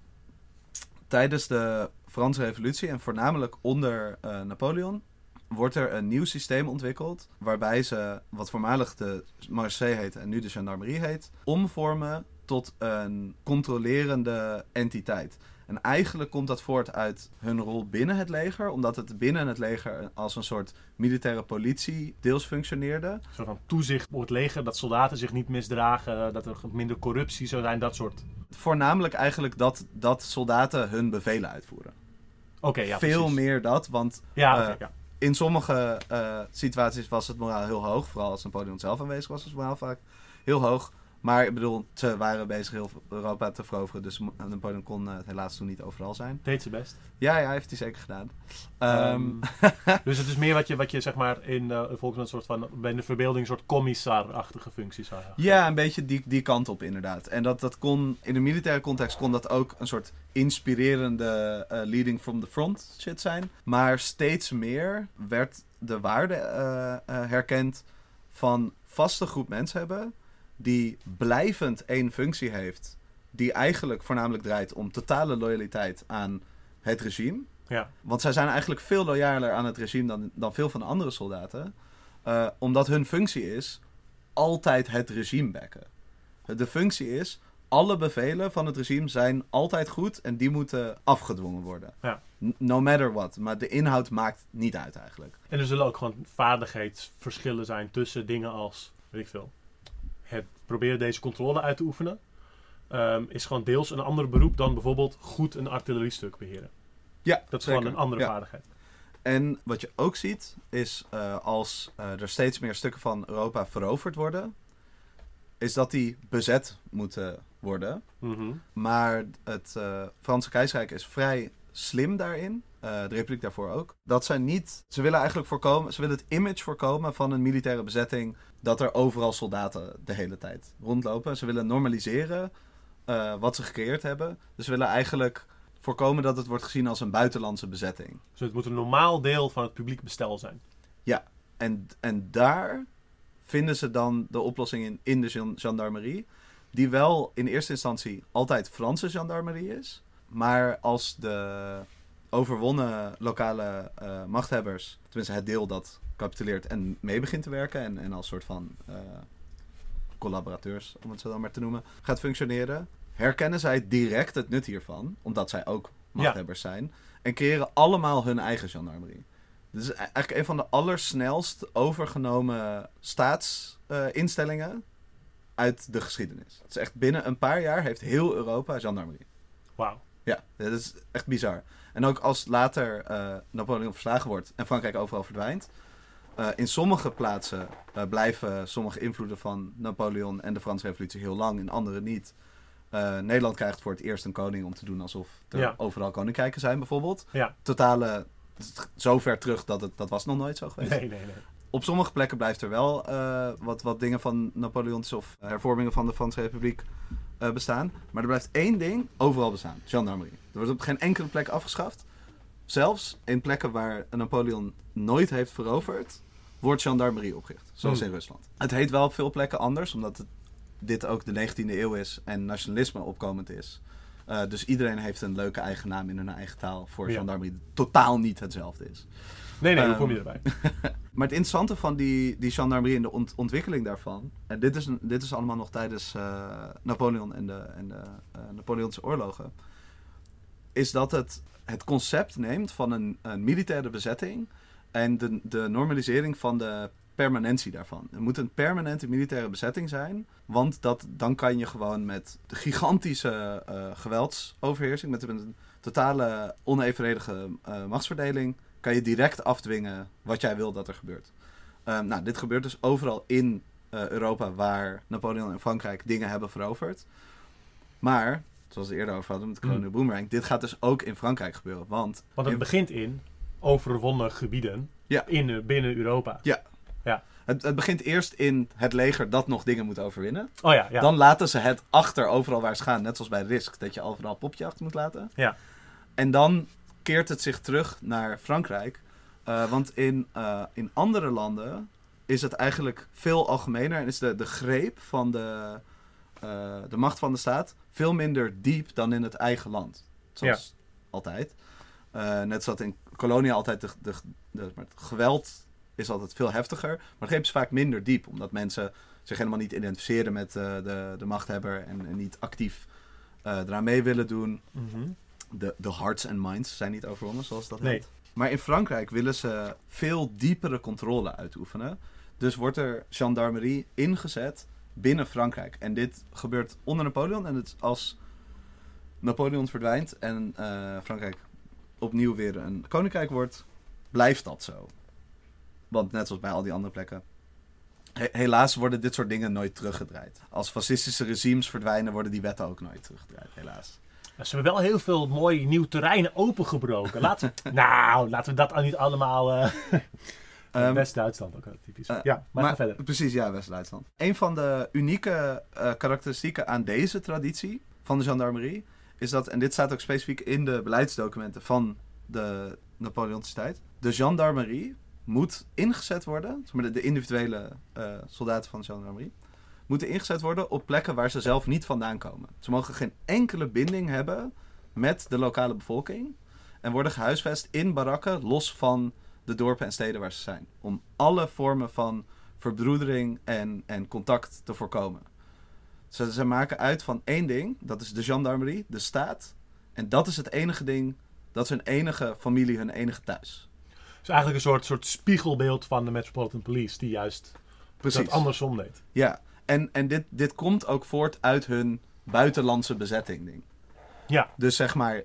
tijdens de Franse Revolutie en voornamelijk onder Napoleon wordt er een nieuw systeem ontwikkeld waarbij ze, wat voormalig de Marseille heet en nu de Gendarmerie heet, omvormen tot een controlerende entiteit. En eigenlijk komt dat voort uit hun rol binnen het leger, omdat het binnen het leger als een soort militaire politie deels functioneerde. Een
soort van toezicht op het leger, dat soldaten zich niet misdragen, dat er minder corruptie zou zijn, dat soort.
Voornamelijk eigenlijk dat soldaten hun bevelen uitvoeren.
Oké, ja,
veel
precies.
meer dat, want in sommige situaties was het moraal heel hoog. Vooral als Napoleon zelf aanwezig was het moraal vaak heel hoog. Maar ik bedoel, ze waren bezig heel Europa te veroveren. Dus Napoleon kon helaas toen niet overal zijn.
Deed zijn best.
Ja, heeft hij zeker gedaan.
Dus het is meer wat je zeg maar in volgens een soort van bij de verbeelding een soort commissar-achtige functie zou hebben.
Ja, een beetje die kant op inderdaad. En dat kon, in de militaire context kon dat ook een soort inspirerende leading from the front shit zijn. Maar steeds meer werd de waarde herkend van vaste groep mensen hebben die blijvend één functie heeft, die eigenlijk voornamelijk draait om totale loyaliteit aan het regime.
Ja.
Want zij zijn eigenlijk veel loyaler aan het regime dan veel van de andere soldaten. Omdat hun functie is altijd het regime backen. De functie is, alle bevelen van het regime zijn altijd goed en die moeten afgedwongen worden.
Ja.
No matter what. Maar de inhoud maakt niet uit eigenlijk.
En er zullen ook gewoon vaardigheidsverschillen zijn tussen dingen als, weet ik veel, het proberen deze controle uit te oefenen. Is gewoon deels een ander beroep dan bijvoorbeeld goed een artilleriestuk beheren.
Ja,
dat is
zeker.
gewoon een andere vaardigheid.
En wat je ook ziet, is als er steeds meer stukken van Europa veroverd worden, is dat die bezet moeten worden.
Mm-hmm.
Maar het Franse keizerrijk is vrij slim daarin. De Republiek daarvoor ook. Dat zij niet... Ze willen eigenlijk het image voorkomen van een militaire bezetting, dat er overal soldaten de hele tijd rondlopen. Ze willen normaliseren wat ze gecreëerd hebben. Dus ze willen eigenlijk voorkomen dat het wordt gezien als een buitenlandse bezetting.
Dus het moet een normaal deel van het publiek bestel zijn.
Ja, en daar vinden ze dan de oplossing in de gendarmerie, die wel in eerste instantie altijd Franse gendarmerie is. Maar als de overwonnen lokale machthebbers, tenminste het deel dat capituleert en mee begint te werken en als soort van collaborateurs, om het zo dan maar te noemen, gaat functioneren, herkennen zij direct het nut hiervan, omdat zij ook machthebbers zijn, en creëren allemaal hun eigen gendarmerie. Dit is eigenlijk een van de allersnelst overgenomen staatsinstellingen uit de geschiedenis. Het is echt binnen een paar jaar heeft heel Europa gendarmerie.
Wauw.
Ja, dat is echt bizar. En ook als later Napoleon verslagen wordt en Frankrijk overal verdwijnt, in sommige plaatsen blijven sommige invloeden van Napoleon en de Franse Revolutie heel lang, in andere niet. Nederland krijgt voor het eerst een koning om te doen alsof er overal koninkrijken zijn bijvoorbeeld.
Ja.
Totale, zo ver terug dat was nog nooit zo geweest.
Nee.
Op sommige plekken blijft er wel wat dingen van Napoleons of hervormingen van de Franse Republiek bestaan. Maar er blijft één ding overal bestaan. Gendarmerie. Er wordt op geen enkele plek afgeschaft. Zelfs in plekken waar Napoleon nooit heeft veroverd, wordt gendarmerie opgericht. Zoals in Rusland. Het heet wel op veel plekken anders, omdat dit ook de 19e eeuw is en nationalisme opkomend is. Dus iedereen heeft een leuke eigen naam in hun eigen taal voor gendarmerie. Die totaal niet hetzelfde is.
Nee, hoe kom je erbij?
Maar het interessante van die gendarmerie en de ontwikkeling daarvan, en dit is allemaal nog tijdens Napoleon en de Napoleontische oorlogen, is dat het concept neemt van een militaire bezetting en de normalisering van de permanentie daarvan. Er moet een permanente militaire bezetting zijn, want dan kan je gewoon met de gigantische geweldsoverheersing, met een totale onevenredige machtsverdeling, kan je direct afdwingen wat jij wil dat er gebeurt. Dit gebeurt dus overal in Europa waar Napoleon en Frankrijk dingen hebben veroverd. Maar, zoals we eerder over hadden met de koloniale boomerang, dit gaat dus ook in Frankrijk gebeuren. Want
het begint in overwonnen gebieden binnen Europa.
Ja. Het begint eerst in het leger dat nog dingen moet overwinnen.
Oh ja.
Dan laten ze het achter overal waar ze gaan. Net zoals bij Risk, dat je overal een popje achter moet laten.
Ja.
En dan keert het zich terug naar Frankrijk. Want in andere landen is het eigenlijk veel algemener. En is de greep van de macht van de staat veel minder diep dan in het eigen land. Zoals altijd. Net zoals in kolonie altijd het geweld is altijd veel heftiger. Maar de greep is vaak minder diep. Omdat mensen zich helemaal niet identificeren met de machthebber. En niet actief eraan mee willen doen.
Mm-hmm.
De hearts and minds zijn niet overwonnen, zoals dat
Nee.
heet. Maar in Frankrijk willen ze veel diepere controle uitoefenen. Dus wordt er gendarmerie ingezet binnen Frankrijk. En dit gebeurt onder Napoleon. En als Napoleon verdwijnt en Frankrijk opnieuw weer een koninkrijk wordt, blijft dat zo. Want net zoals bij al die andere plekken, helaas worden dit soort dingen nooit teruggedraaid. Als fascistische regimes verdwijnen, worden die wetten ook nooit teruggedraaid, helaas.
Ze hebben wel heel veel mooi nieuw terrein opengebroken. Laten we dat niet allemaal... West-Duitsland ook typisch. Maar ga verder.
Precies, West-Duitsland. Een van de unieke karakteristieken aan deze traditie van de gendarmerie is dat, en dit staat ook specifiek in de beleidsdocumenten van de Napoleontische tijd, de gendarmerie moet ingezet worden, de individuele soldaten van de gendarmerie, moeten ingezet worden op plekken waar ze zelf niet vandaan komen. Ze mogen geen enkele binding hebben met de lokale bevolking en worden gehuisvest in barakken los van de dorpen en steden waar ze zijn. Om alle vormen van verbroedering en contact te voorkomen. Ze maken uit van één ding, dat is de gendarmerie, de staat. En dat is het enige ding, dat is hun enige familie, hun enige thuis.
Dus eigenlijk een soort spiegelbeeld van de Metropolitan Police, die juist dat andersom deed.
Ja, en dit komt ook voort uit hun buitenlandse bezetting ding.
Ja.
Dus zeg maar,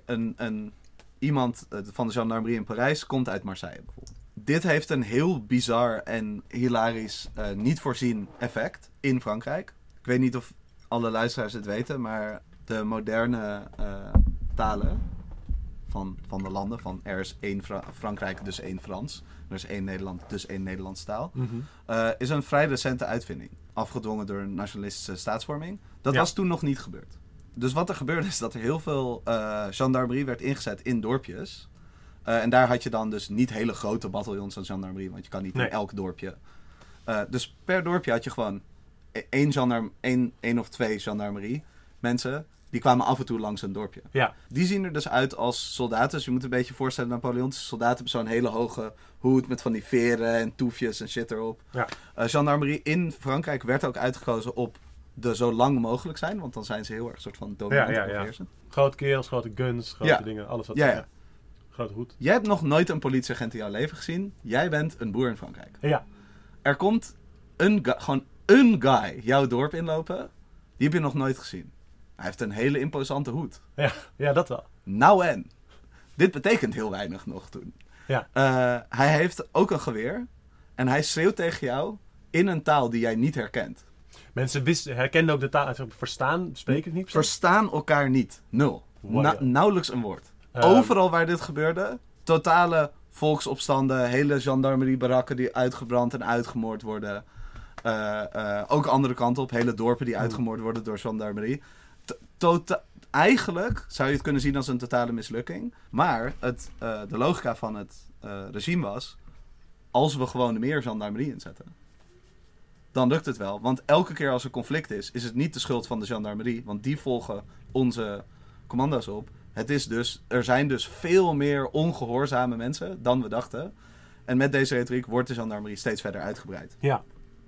iemand van de gendarmerie in Parijs komt uit Marseille bijvoorbeeld. Dit heeft een heel bizar en hilarisch niet voorzien effect in Frankrijk. Ik weet niet of alle luisteraars het weten, maar de moderne talen van de landen, van er is één Frankrijk, dus één Frans. Er is één Nederland, dus één Nederlandse taal.
Mm-hmm.
Is een vrij recente uitvinding. Afgedwongen door een nationalistische staatsvorming. Dat was toen nog niet gebeurd. Dus wat er gebeurde is dat er heel veel gendarmerie werd ingezet in dorpjes. En daar had je dan dus niet hele grote bataljons aan gendarmerie, want je kan niet in elk dorpje. Dus per dorpje had je gewoon één of twee gendarmerie mensen. Die kwamen af en toe langs een dorpje.
Ja.
Die zien er dus uit als soldaten. Dus je moet een beetje voorstellen, Napoleontische soldaten hebben zo'n hele hoge hoed met van die veren en toefjes en shit erop.
Ja.
Gendarmerie in Frankrijk werd ook uitgekozen op de zo lang mogelijk zijn, want dan zijn ze heel erg soort van dominant overheersend.
Grote kerels, grote guns, grote dingen, alles wat
ja.
Grote hoed.
Jij hebt nog nooit een politieagent in jouw leven gezien. Jij bent een boer in Frankrijk.
Ja.
Er komt gewoon een guy jouw dorp inlopen. Die heb je nog nooit gezien. Hij heeft een hele imposante hoed.
Ja, dat wel.
Nou en. Dit betekent heel weinig nog toen.
Ja.
Hij heeft ook een geweer. En hij schreeuwt tegen jou in een taal die jij niet herkent.
Mensen herkenden ook de taal. Verstaan, spreken het niet?
Verstaan elkaar niet. 0. Nauwelijks een woord. Overal waar dit gebeurde, totale volksopstanden, hele gendarmerie-barakken die uitgebrand en uitgemoord worden. Ook andere kant op, hele dorpen die uitgemoord worden door gendarmerie. Eigenlijk zou je het kunnen zien als een totale mislukking. Maar de logica van het regime was, als we gewoon meer gendarmerie inzetten, dan lukt het wel. Want elke keer als er conflict is het niet de schuld van de gendarmerie, want die volgen onze commando's op. Er zijn dus veel meer ongehoorzame mensen dan we dachten. En met deze retoriek wordt de gendarmerie steeds verder uitgebreid.
Ja,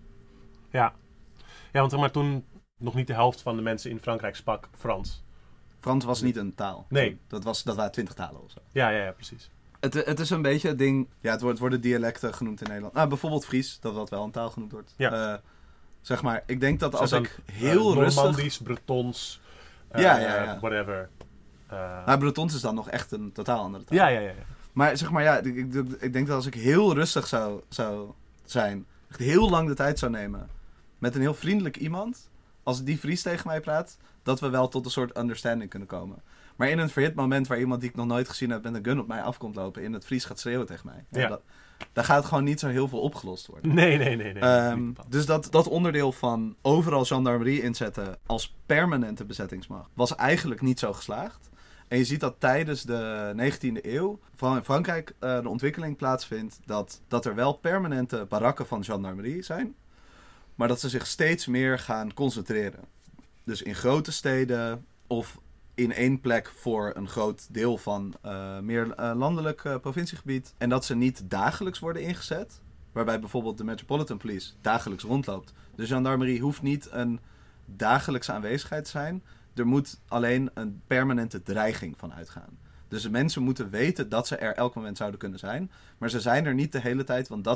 want toen nog niet de helft van de mensen in Frankrijk sprak Frans.
Frans was niet een taal.
Nee.
Dat waren 20 talen of zo.
Ja, precies.
Het is een beetje het ding. Ja, het worden dialecten genoemd in Nederland. Nou, bijvoorbeeld Fries, dat wel een taal genoemd wordt.
Ja.
Zeg maar, ik denk dat als ik heel rustig...
Normandisch, Bretons, whatever.
Bretons is dan nog echt een totaal andere taal.
Ja.
Maar zeg maar, ik denk dat als ik heel rustig zou zijn, echt heel lang de tijd zou nemen, met een heel vriendelijk iemand, als die Fries tegen mij praat, dat we wel tot een soort understanding kunnen komen. Maar in een verhit moment waar iemand die ik nog nooit gezien heb met een gun op mij afkomt lopen, in het Fries gaat schreeuwen tegen mij.
Ja.
Daar gaat gewoon niet zo heel veel opgelost worden.
Nee.
Dus dat onderdeel van overal gendarmerie inzetten als permanente bezettingsmacht was eigenlijk niet zo geslaagd. En je ziet dat tijdens de 19e eeuw, vooral in Frankrijk, de ontwikkeling plaatsvindt dat er wel permanente barakken van gendarmerie zijn, maar dat ze zich steeds meer gaan concentreren. Dus in grote steden of in één plek voor een groot deel van meer landelijk provinciegebied. En dat ze niet dagelijks worden ingezet, waarbij bijvoorbeeld de Metropolitan Police dagelijks rondloopt. De gendarmerie hoeft niet een dagelijkse aanwezigheid te zijn. Er moet alleen een permanente dreiging van uitgaan. Dus de mensen moeten weten dat ze er elk moment zouden kunnen zijn. Maar ze zijn er niet de hele tijd, want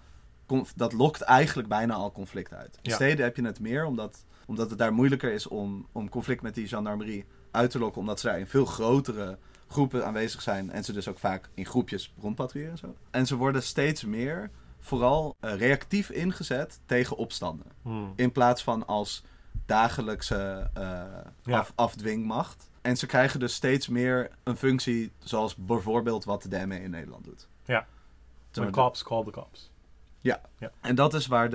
dat lokt eigenlijk bijna al conflict uit. In steden heb je het meer, omdat het daar moeilijker is om conflict met die gendarmerie uit te lokken, omdat ze daar in veel grotere groepen aanwezig zijn en ze dus ook vaak in groepjes rondpatrouilleren en zo. En ze worden steeds meer vooral reactief ingezet tegen opstanden. In plaats van als dagelijkse afdwingmacht. En ze krijgen dus steeds meer een functie zoals bijvoorbeeld wat de ME in Nederland doet.
Ja, the cops call the cops.
Ja, en dat is waar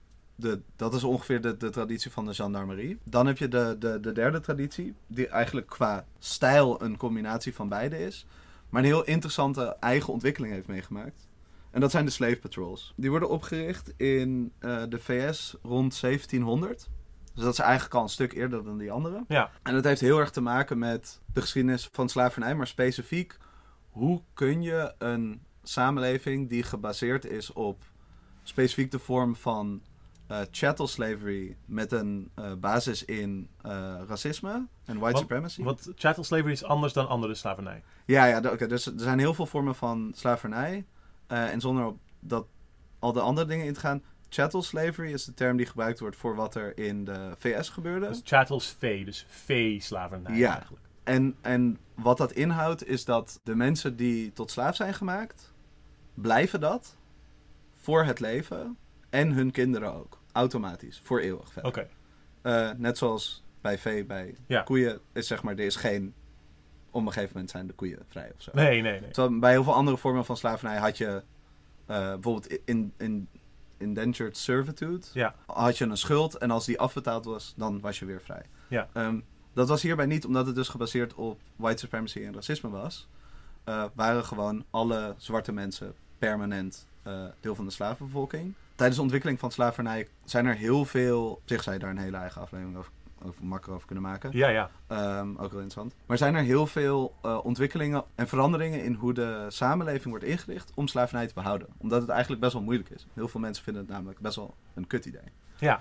dat is ongeveer de traditie van de gendarmerie. Dan heb je de derde traditie, die eigenlijk qua stijl een combinatie van beide is, maar een heel interessante eigen ontwikkeling heeft meegemaakt. En dat zijn de slave patrols. Die worden opgericht in de VS rond 1700. Dus dat is eigenlijk al een stuk eerder dan die andere.
Ja.
En dat heeft heel erg te maken met de geschiedenis van slavernij, maar specifiek, hoe kun je een samenleving die gebaseerd is op specifiek de vorm van chattel slavery met een basis in racisme en white supremacy.
Want chattel slavery is anders dan andere slavernij.
Ja, dus er zijn heel veel vormen van slavernij. En zonder op al de andere dingen in te gaan. Chattel slavery is de term die gebruikt wordt voor wat er in de VS gebeurde.
Dus chattel is vee, dus vee-slavernij eigenlijk.
En wat dat inhoudt is dat de mensen die tot slaaf zijn gemaakt, blijven dat voor het leven en hun kinderen ook. Automatisch, voor eeuwig verder.
Okay.
Net zoals bij vee, bij koeien is zeg maar, er is geen, op een gegeven moment zijn de koeien vrij of zo.
Nee.
Terwijl bij heel veel andere vormen van slavernij had je bijvoorbeeld in indentured servitude, had je een schuld en als die afbetaald was, dan was je weer vrij.
Ja.
Dat was hierbij niet, omdat het dus gebaseerd op white supremacy en racisme was. Waren gewoon alle zwarte mensen permanent deel van de slavenbevolking. Tijdens de ontwikkeling van slavernij zijn er heel veel, op zich zou je daar een hele eigen aflevering over makkelijk over kunnen maken.
Ja.
Ook wel interessant. Maar zijn er heel veel ontwikkelingen en veranderingen in hoe de samenleving wordt ingericht om slavernij te behouden. Omdat het eigenlijk best wel moeilijk is. Heel veel mensen vinden het namelijk best wel een kut idee.
Ja.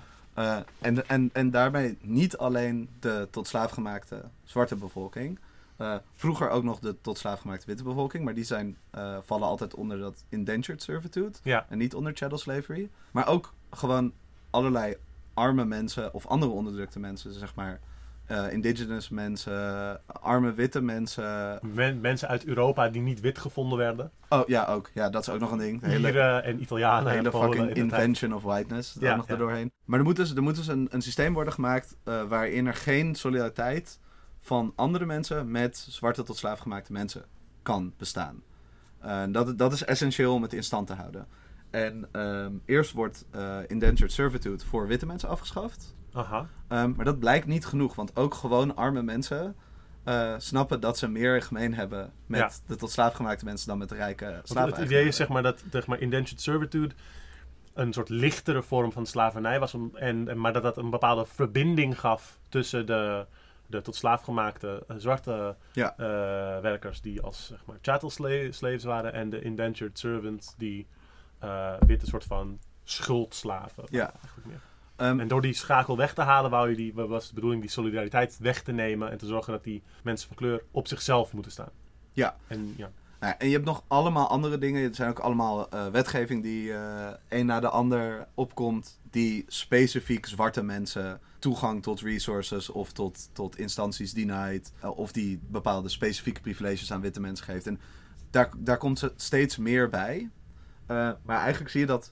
En daarbij niet alleen de tot slaaf gemaakte zwarte bevolking. Vroeger ook nog de tot slaaf gemaakte witte bevolking. Maar die vallen altijd onder dat indentured servitude.
Ja.
En niet onder chattel slavery. Maar ook gewoon allerlei arme mensen of andere onderdrukte mensen, zeg maar, indigenous mensen, arme witte mensen.
Mensen uit Europa die niet wit gevonden werden.
Oh ja, ook. Ja, dat is ook nog een ding.
Ieren en Italianen.
Een hele
Polen
fucking invention of whiteness. Daar nog erdoorheen. Maar er moet dus een systeem worden gemaakt waarin er geen solidariteit van andere mensen met zwarte tot slaafgemaakte mensen kan bestaan. Dat is essentieel om het in stand te houden. En eerst wordt indentured servitude voor witte mensen afgeschaft.
Aha.
Maar dat blijkt niet genoeg, want ook gewoon arme mensen snappen dat ze meer gemeen hebben met de tot slaafgemaakte mensen dan met de rijke slaven.
Het idee is zeg maar dat indentured servitude een soort lichtere vorm van slavernij was, maar dat een bepaalde verbinding gaf tussen de tot slaafgemaakte zwarte werkers die als zeg maar chattel slaves waren en de indentured servants die witte soort van schuldslaven waren eigenlijk meer. En door die schakel weg te halen was de bedoeling die solidariteit weg te nemen en te zorgen dat die mensen van kleur op zichzelf moeten staan.
Ja. En je hebt nog allemaal andere dingen. Er zijn ook allemaal wetgeving die een na de ander opkomt die specifiek zwarte mensen toegang tot resources of tot instanties denied. Of die bepaalde specifieke privileges aan witte mensen geeft. En daar komt steeds meer bij. Maar eigenlijk zie je dat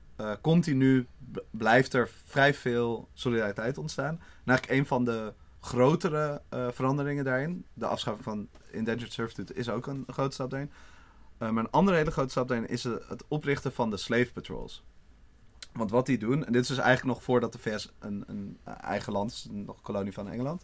continu blijft er vrij veel solidariteit ontstaan. En eigenlijk een van de grotere veranderingen daarin, de afschaffing van indentured servitude, is ook een grote stap daarin. Maar een andere hele grote stap daarin is het oprichten van de slave patrols. Want wat die doen, en dit is dus eigenlijk nog voordat de VS een eigen land is, nog een kolonie van Engeland.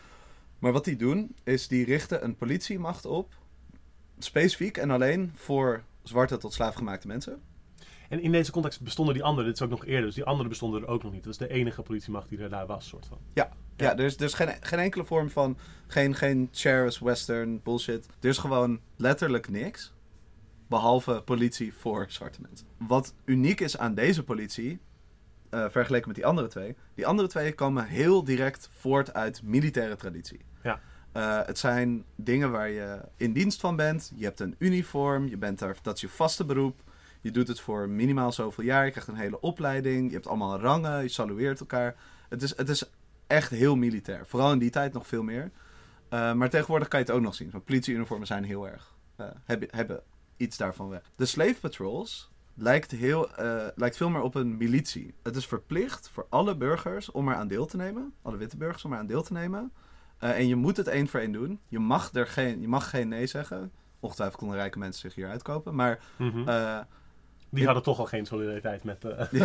Maar wat die doen, is die richten een politiemacht op, specifiek en alleen voor zwarte tot slaafgemaakte mensen.
En in deze context bestonden die anderen, dit is ook nog eerder, dus die anderen bestonden er ook nog niet. Dat is de enige politiemacht die er daar was, soort van. Ja,
er is geen enkele vorm van, geen sheriff's western bullshit. Er is gewoon letterlijk niks, behalve politie voor zwarte mensen. Wat uniek is aan deze politie, vergeleken met die andere twee komen heel direct voort uit militaire traditie.
Ja.
Het zijn dingen waar je in dienst van bent, je hebt een uniform, dat is je vaste beroep. Je doet het voor minimaal zoveel jaar. Je krijgt een hele opleiding. Je hebt allemaal rangen. Je salueert elkaar. Het is echt heel militair. Vooral in die tijd nog veel meer. Maar tegenwoordig kan je het ook nog zien. Want politieuniformen zijn heel erg... hebben iets daarvan weg. De slave patrols lijkt veel meer op een militie. Het is verplicht voor alle burgers om er aan deel te nemen. Alle witte burgers om er aan deel te nemen. En je moet het één voor één doen. Je mag geen nee zeggen. Ongetwijfeld konden rijke mensen zich hier uitkopen. Maar...
Die hadden toch al geen solidariteit met...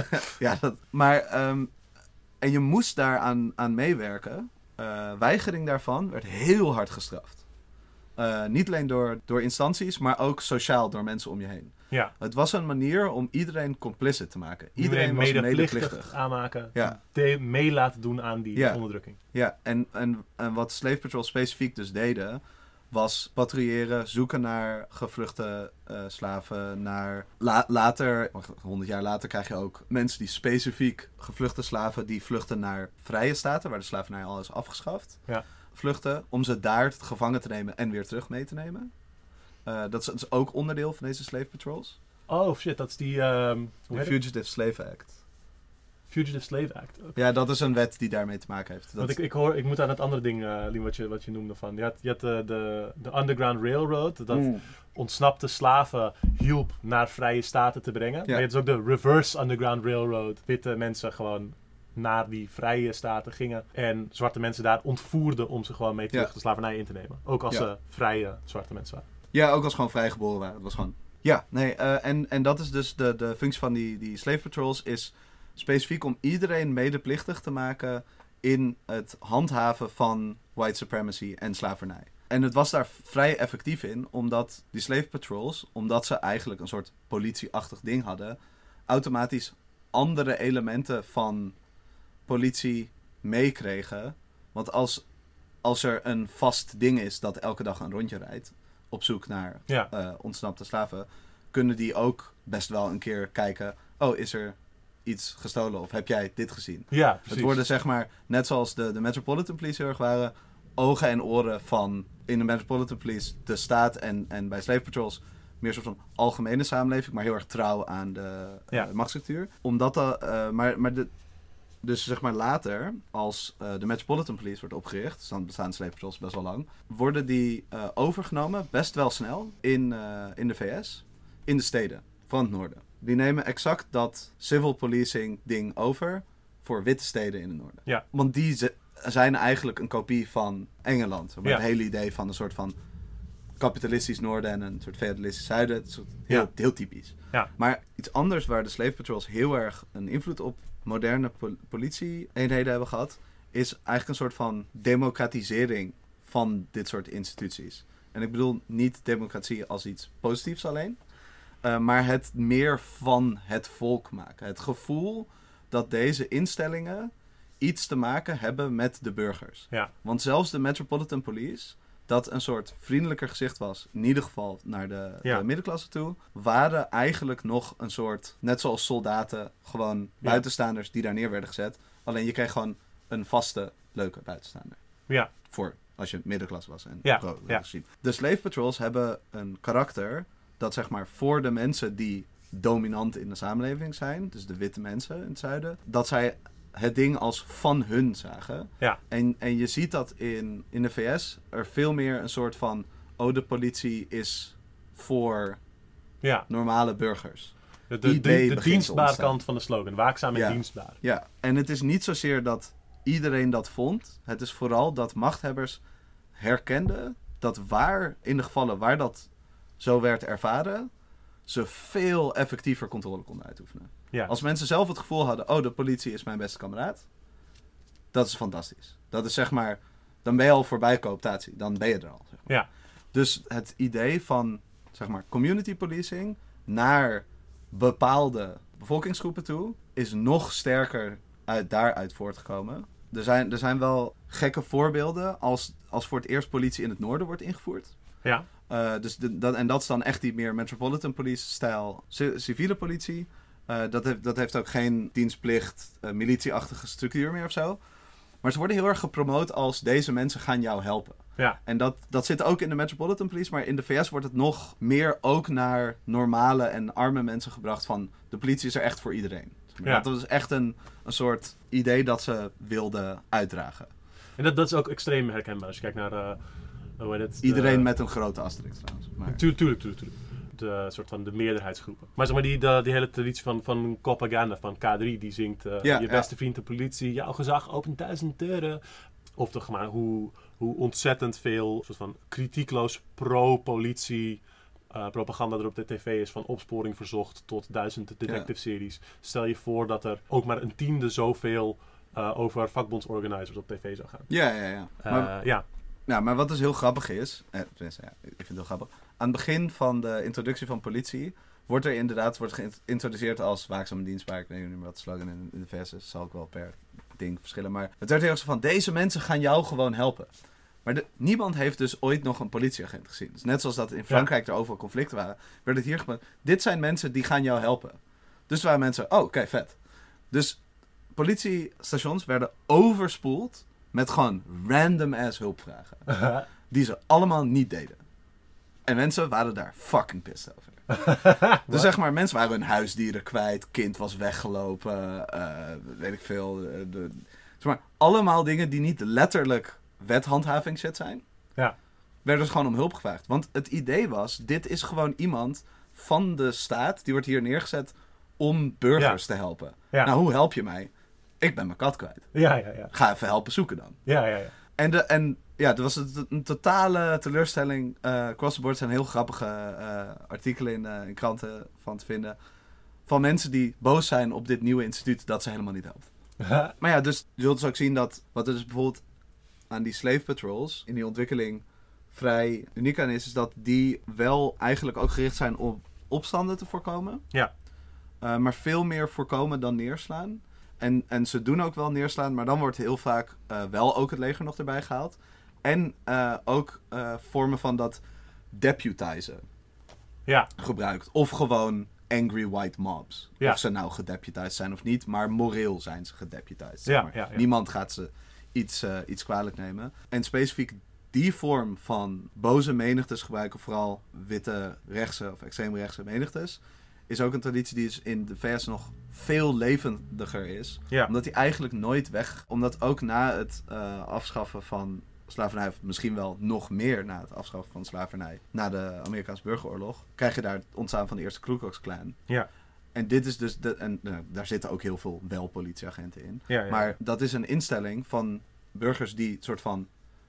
En je moest daar aan meewerken. Weigering daarvan werd heel hard gestraft. Niet alleen door instanties, maar ook sociaal door mensen om je heen.
Ja.
Het was een manier om iedereen complicit te maken. Iedereen was medeplichtig
aanmaken. Ja. Mee laten doen aan die onderdrukking.
Ja, en wat Slave Patrol specifiek dus deden, was patrouilleren, zoeken naar gevluchte slaven, naar later, 100 jaar later krijg je ook mensen die specifiek gevluchte slaven die vluchten naar vrije staten, waar de slavernij al is afgeschaft, vluchten, om ze daar gevangen te nemen en weer terug mee te nemen. Dat is ook onderdeel van deze slave patrols.
Oh shit, dat is die...
de Fugitive Slave Act.
Fugitive Slave Act. Okay.
Ja, dat is een wet die daarmee te maken heeft.
Want ik moet aan het andere ding, Lien, wat je noemde van. Je had de Underground Railroad, dat ontsnapte slaven hielp naar vrije staten te brengen. Ja. Maar je had dus ook de Reverse Underground Railroad. Witte mensen gewoon naar die vrije staten gingen en zwarte mensen daar ontvoerden om ze gewoon mee terug de slavernij in te nemen. Ook als ze vrije zwarte mensen waren.
Ja, ook als ze gewoon vrijgeboren waren. Het was gewoon... Ja, nee, en dat is dus de functie van die slave patrols is specifiek om iedereen medeplichtig te maken in het handhaven van white supremacy en slavernij. En het was daar vrij effectief in, omdat die slave patrols, omdat ze eigenlijk een soort politieachtig ding hadden, automatisch andere elementen van politie meekregen. Want als er een vast ding is dat elke dag een rondje rijdt op zoek naar ontsnapte slaven, kunnen die ook best wel een keer kijken, oh, is er iets gestolen of heb jij dit gezien?
Ja, precies.
Het worden zeg maar, net zoals de Metropolitan Police heel erg waren, ogen en oren van in de Metropolitan Police de staat en bij slave patrols meer soort van algemene samenleving, maar heel erg trouw aan de machtsstructuur. Omdat maar Dus zeg maar later, als de Metropolitan Police wordt opgericht, dus dan bestaan de slave patrols best wel lang, worden die overgenomen best wel snel in de VS, in de steden van het noorden. Die nemen exact dat civil policing ding over voor witte steden in het noorden.
Ja.
Want die zijn eigenlijk een kopie van Engeland. Maar het hele idee van een soort van kapitalistisch noorden en een soort feudalistisch zuiden. Het is heel typisch.
Ja.
Maar iets anders waar de slave patrols heel erg een invloed op moderne politie-eenheden hebben gehad, is eigenlijk een soort van democratisering van dit soort instituties. En ik bedoel niet democratie als iets positiefs alleen, maar het meer van het volk maken. Het gevoel dat deze instellingen iets te maken hebben met de burgers.
Ja.
Want zelfs de Metropolitan Police, dat een soort vriendelijker gezicht was, in ieder geval naar de middenklasse toe, waren eigenlijk nog een soort, net zoals soldaten, gewoon buitenstaanders die daar neer werden gezet. Alleen je kreeg gewoon een vaste, leuke buitenstaander.
Ja.
Voor als je middenklasse was. En De slave patrols hebben een karakter dat zeg maar voor de mensen die dominant in de samenleving zijn, dus de witte mensen in het zuiden, dat zij het ding als van hun zagen. Ja. En je ziet dat in de VS er veel meer een soort van, de politie is voor normale burgers.
De dienstbare kant van de slogan. Waakzaam en dienstbaar.
Ja, en het is niet zozeer dat iedereen dat vond. Het is vooral dat machthebbers herkenden dat in de gevallen waar dat zo werd ervaren, ze veel effectiever controle konden uitoefenen. Ja. Als mensen zelf het gevoel hadden, de politie is mijn beste kameraad, dat is fantastisch. Dat is zeg maar, dan ben je al voorbij cooptatie. Dan ben je er al. Zeg maar. Ja. Dus het idee van zeg maar community policing naar bepaalde bevolkingsgroepen toe is nog sterker daaruit voortgekomen. Er zijn wel gekke voorbeelden als voor het eerst politie in het noorden wordt ingevoerd. Ja. Dus dat is dan echt die meer Metropolitan Police-stijl civiele politie. Dat heeft ook geen dienstplicht, militieachtige structuur meer of zo. Maar ze worden heel erg gepromoot als deze mensen gaan jou helpen. Ja. En dat zit ook in de Metropolitan Police, maar in de VS wordt het nog meer ook naar normale en arme mensen gebracht van de politie is er echt voor iedereen. Ja. Dat was echt een soort idee dat ze wilden uitdragen.
En dat is ook extreem herkenbaar als je kijkt naar
iedereen met een grote asterix trouwens. Maar...
Tuurlijk. De soort van de meerderheidsgroepen. Maar zeg maar die hele traditie van propaganda van K3 die zingt je beste vriend de politie, jouw gezag opent 1000 deuren. Of toch maar hoe ontzettend veel soort van kritiekloos pro-politie propaganda er op de tv is, van opsporing verzocht tot 1000 detective series. Stel je voor dat er ook maar een tiende zoveel over vakbondsorganisers op tv zou gaan.
Ja. Maar wat dus heel grappig is, ik vind het heel grappig. Aan het begin van de introductie van politie wordt geïntroduceerd als waakzame dienstbaar. Ik weet niet meer wat de slogan in de VS is. Zal ook wel per ding verschillen. Maar het werd heel erg zo van, deze mensen gaan jou gewoon helpen. Maar niemand heeft dus ooit nog een politieagent gezien. Dus net zoals dat in Frankrijk er overal conflicten waren, werd het hier gewoon, dit zijn mensen die gaan jou helpen. Dus waren mensen, oké, vet. Dus politiestations werden overspoeld met gewoon random ass hulpvragen. Die ze allemaal niet deden. En mensen waren daar fucking pissed over. Dus zeg maar, mensen waren hun huisdieren kwijt, kind was weggelopen, weet ik veel. Zeg maar, allemaal dingen die niet letterlijk wethandhaving shit zijn. Ja. Werden dus gewoon om hulp gevraagd. Want het idee was, dit is gewoon iemand van de staat, die wordt hier neergezet om burgers te helpen. Ja. Nou, hoe help je mij? Ik ben mijn kat kwijt. Ja. Ga even helpen zoeken dan. Ja. En het was een totale teleurstelling. Across the board zijn heel grappige artikelen in kranten van te vinden. Van mensen die boos zijn op dit nieuwe instituut dat ze helemaal niet helpt. Maar ja, dus je zult dus ook zien dat wat er dus bijvoorbeeld aan die slave patrols in die ontwikkeling vrij uniek aan is dat die wel eigenlijk ook gericht zijn om opstanden te voorkomen. Ja. Maar veel meer voorkomen dan neerslaan. En ze doen ook wel neerslaan, maar dan wordt heel vaak wel ook het leger nog erbij gehaald. En ook vormen van dat deputizen gebruikt. Of gewoon angry white mobs. Ja. Of ze nou gedeputized zijn of niet, maar moreel zijn ze gedeputized. Zeg maar. Ja. Niemand gaat ze iets kwalijk nemen. En specifiek die vorm van boze menigtes gebruiken, vooral witte rechtse of extreemrechtse menigtes, is ook een traditie die in de VS nog veel levendiger is.
Ja.
Omdat die eigenlijk nooit weg... Omdat ook na het afschaffen van slavernij, of misschien wel nog meer na het afschaffen van slavernij, na de Amerikaanse burgeroorlog, krijg je daar het ontstaan van de eerste Ku Klux Klan.
Ja.
En dit is dus... daar zitten ook heel veel wel politieagenten in.
Ja, ja.
Maar dat is een instelling van burgers die soort van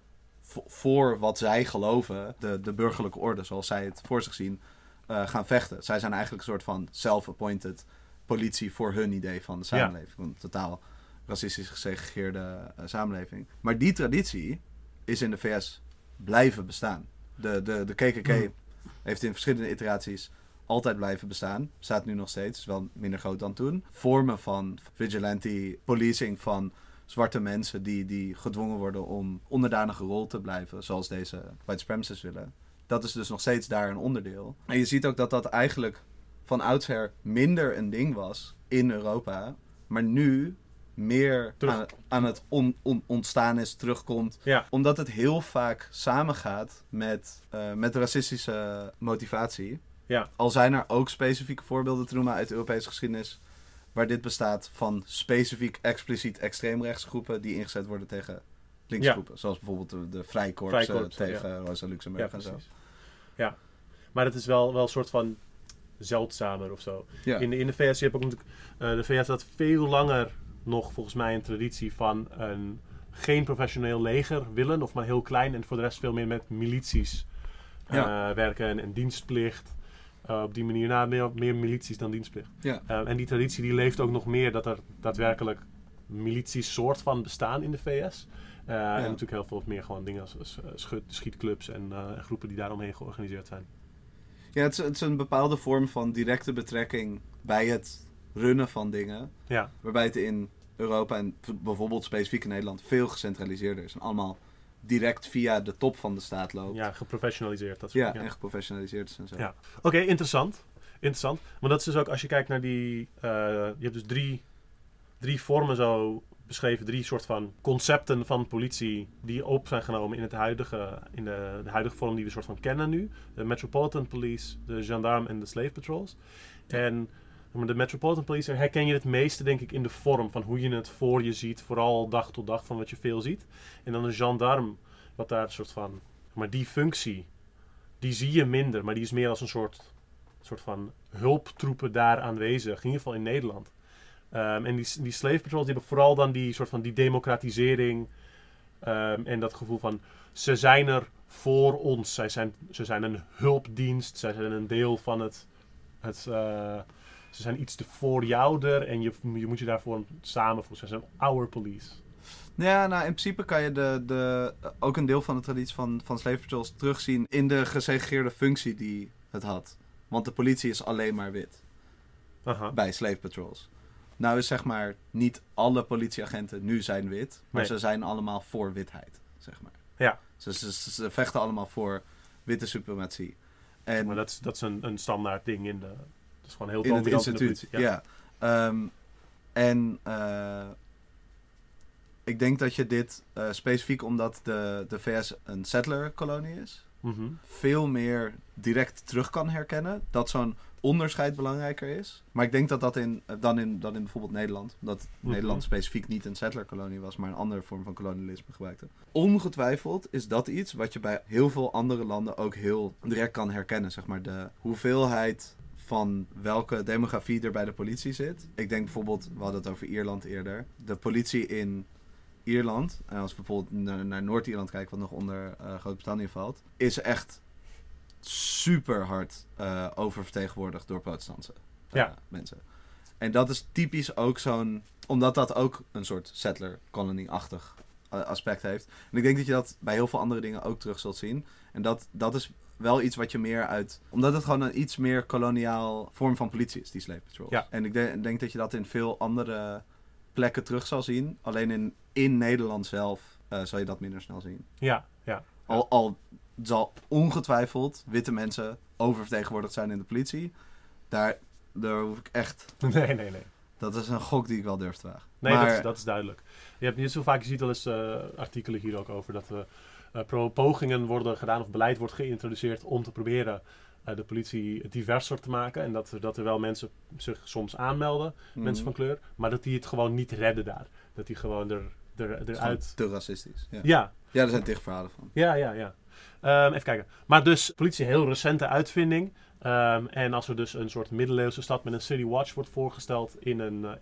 voor wat zij geloven, de burgerlijke orde, zoals zij het voor zich zien, gaan vechten. Zij zijn eigenlijk een soort van self-appointed politie voor hun idee van de samenleving. Ja. Een totaal racistisch gesegregeerde samenleving. Maar die traditie is in de VS blijven bestaan. De KKK heeft in verschillende iteraties altijd blijven bestaan. Bestaat nu nog steeds, is wel minder groot dan toen. Vormen van vigilante policing van zwarte mensen die gedwongen worden om onderdanige rol te blijven, zoals deze white supremacists willen. Dat is dus nog steeds daar een onderdeel. En je ziet ook dat dat eigenlijk van oudsher minder een ding was in Europa, maar nu meer aan het ontstaan is, terugkomt.
Ja.
Omdat het heel vaak samengaat met racistische motivatie.
Ja.
Al zijn er ook specifieke voorbeelden te noemen uit de Europese geschiedenis waar dit bestaat van specifiek expliciet extreemrechtsgroepen die ingezet worden tegen linksgroepen. Ja. Zoals bijvoorbeeld de Vrijkorps tegen Rosa Luxemburg en zo.
Ja, maar het is wel een soort van zeldzamer of zo.
Ja.
In de VS heb je ook natuurlijk... de VS had veel langer nog volgens mij een traditie van geen professioneel leger willen, of maar heel klein, en voor de rest veel meer met milities werken en dienstplicht. Op die manier meer milities dan dienstplicht.
Ja.
En die traditie die leeft ook nog meer dat er daadwerkelijk milities soort van bestaan in de VS. En natuurlijk heel veel meer gewoon dingen als schietclubs en groepen die daaromheen georganiseerd zijn.
Ja, het is een bepaalde vorm van directe betrekking bij het runnen van dingen. Ja. Waarbij het in Europa en bijvoorbeeld specifiek in Nederland veel gecentraliseerder is. En allemaal direct via de top van de staat loopt.
Ja, geprofessionaliseerd. Dat soort
en geprofessionaliseerd is en zo.
Ja. Oké, interessant. Maar dat is dus ook, als je kijkt naar die... je hebt dus drie vormen zo beschreven. 3 soort van concepten van politie die op zijn genomen in de huidige vorm die we soort van kennen nu. De Metropolitan Police, de Gendarme en de Slave Patrols. En de Metropolitan Police herken je het meeste, denk ik, in de vorm van hoe je het voor je ziet. Vooral dag tot dag van wat je veel ziet. En dan de gendarme, wat daar een soort van... Maar die functie, die zie je minder. Maar die is meer als een soort van hulptroepen daar aanwezig. In ieder geval in Nederland. En die slave patrols, die hebben vooral dan die soort van die democratisering. En dat gevoel van, ze zijn er voor ons. Ze zijn een hulpdienst. Zij zijn een deel van ze zijn iets voor jou er en je moet je daarvoor samen voelen. Ze zijn our police.
Ja, nou in principe kan je ook een deel van de traditie van slave patrols terugzien in de gesegregeerde functie die het had. Want de politie is alleen maar wit.
Aha.
Bij slave patrols. Nou is zeg maar niet alle politieagenten nu zijn wit, maar ze zijn allemaal voor witheid, zeg maar.
Ja.
Ze vechten allemaal voor witte suprematie. En
maar dat is een standaard ding in de... Dat is gewoon heel
in het instituut, ja. Ik denk dat je dit specifiek omdat de VS een settler-kolonie is, veel meer direct terug kan herkennen. Dat zo'n onderscheid belangrijker is. Maar ik denk dat dan in bijvoorbeeld Nederland, dat Nederland specifiek niet een settler-kolonie was, maar een andere vorm van kolonialisme gebruikte. Ongetwijfeld is dat iets wat je bij heel veel andere landen ook heel direct kan herkennen. Zeg maar de hoeveelheid van welke demografie er bij de politie zit. Ik denk bijvoorbeeld, we hadden het over Ierland eerder. De politie in Ierland, en als we bijvoorbeeld naar Noord-Ierland kijken, wat nog onder Groot-Brittannië valt, is echt super hard oververtegenwoordigd door protestantse mensen. En dat is typisch ook omdat dat ook een soort settler-colony-achtig aspect heeft. En ik denk dat je dat bij heel veel andere dingen ook terug zult zien. En dat is wel iets wat je meer omdat het gewoon een iets meer koloniaal vorm van politie is, die slave patrols. Ja. En ik denk dat je dat in veel andere plekken terug zal zien. Alleen in Nederland zelf zal je dat minder snel zien.
Ja.
Al zal ongetwijfeld witte mensen oververtegenwoordigd zijn in de politie. Daar hoef ik echt...
Nee.
Dat is een gok die ik wel durf te wagen.
Nee, maar dat is duidelijk. Je hebt niet zo vaak, je ziet wel eens artikelen hier ook over dat pogingen worden gedaan of beleid wordt geïntroduceerd om te proberen de politie diverser te maken. En dat er wel mensen zich soms aanmelden, mensen van kleur. Maar dat die het gewoon niet redden daar. Dat die gewoon eruit...
te racistisch. Ja.
Ja.
Ja, daar zijn tig verhalen van.
Ja. Even kijken. Maar dus, politie, een heel recente uitvinding. En als er dus een soort middeleeuwse stad met een city watch wordt voorgesteld in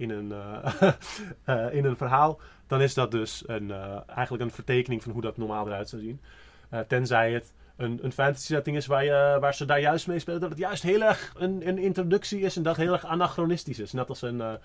een verhaal, dan is dat dus eigenlijk een vertekening van hoe dat normaal eruit zou zien. Tenzij het een fantasy setting is waar ze daar juist mee spelen, dat het juist heel erg een introductie is en dat heel erg anachronistisch is. Net als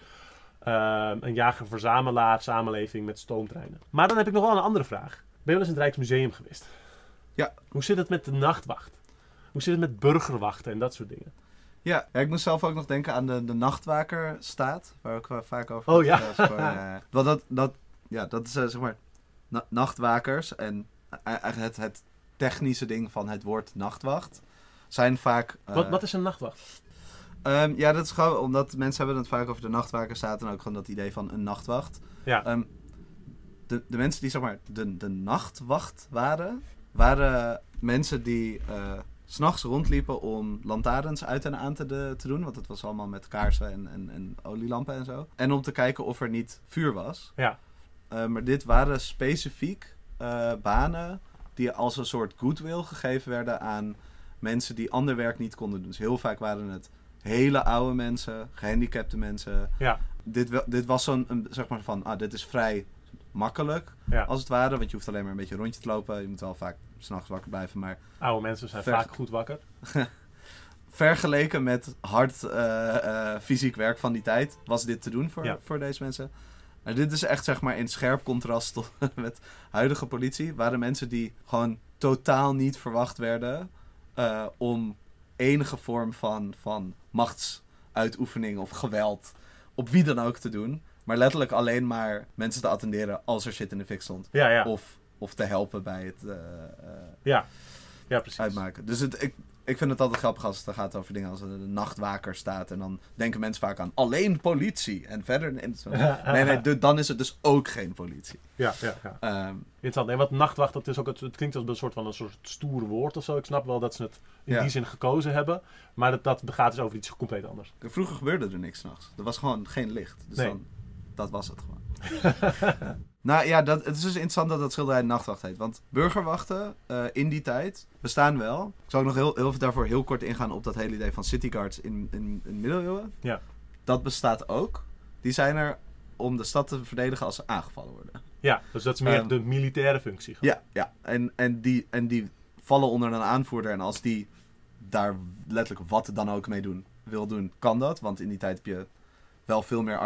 een jager-verzamelaar samenleving met stoomtreinen. Maar dan heb ik nog wel een andere vraag. Ben je wel eens in het Rijksmuseum geweest?
Ja.
Hoe zit het met de nachtwacht? Hoe zit het met burgerwachten en dat soort dingen?
Ja, ik moest zelf ook nog denken aan de nachtwakerstaat, waar ik vaak over
Oh, ja.
Want dat is zeg maar nachtwakers en eigenlijk het technische ding van het woord nachtwacht zijn vaak...
Wat is een nachtwacht?
Ja, dat is gewoon omdat mensen hebben het vaak over de nachtwakerstaat en ook gewoon dat idee van een nachtwacht.
Ja.
De mensen die zeg maar de nachtwacht waren mensen die 's nachts rondliepen om lantaarns uit en aan te doen. Want het was allemaal met kaarsen en olielampen en zo. En om te kijken of er niet vuur was.
Ja.
Maar dit waren specifiek banen die als een soort goodwill gegeven werden aan mensen die ander werk niet konden doen. Dus heel vaak waren het hele oude mensen, gehandicapte mensen.
Ja.
Dit was zeg maar van, dit is vrij makkelijk, als het ware. Want je hoeft alleen maar een beetje een rondje te lopen. Je moet wel vaak 's nachts wakker blijven, maar...
Oude mensen zijn vaak goed wakker.
Vergeleken met hard fysiek werk van die tijd, was dit te doen voor deze mensen. Maar dit is echt zeg maar in scherp contrast tot met huidige politie. Waren mensen die gewoon totaal niet verwacht werden om enige vorm van machtsuitoefening of geweld op wie dan ook te doen. Maar letterlijk alleen maar mensen te attenderen als er shit in de fik stond.
Ja.
Of te helpen bij het
ja, precies.
uitmaken. Dus ik vind het altijd grappig als het gaat over dingen als een nachtwaker staat. En dan denken mensen vaak aan alleen politie. En verder... Nee, dan is het dus ook geen politie.
Ja. Interessant. Nee, wat nachtwacht, dat is ook het klinkt als een soort stoer woord of zo. Ik snap wel dat ze het in die zin gekozen hebben. Maar dat gaat dus over iets compleet anders.
Vroeger gebeurde er niks 's nachts. Er was gewoon geen licht. Dus dat was het gewoon. Nou ja, het is dus interessant dat schilderij nachtwacht heet. Want burgerwachten in die tijd bestaan wel. Ik zou nog daarvoor heel kort ingaan op dat hele idee van cityguards in middeleeuwen. Ja. Dat bestaat ook. Die zijn er om de stad te verdedigen als ze aangevallen worden. Ja, dus dat is meer de militaire functie. Ja. En die vallen onder een aanvoerder. En als die daar letterlijk wat dan ook mee wil doen, kan dat. Want in die tijd heb je wel veel meer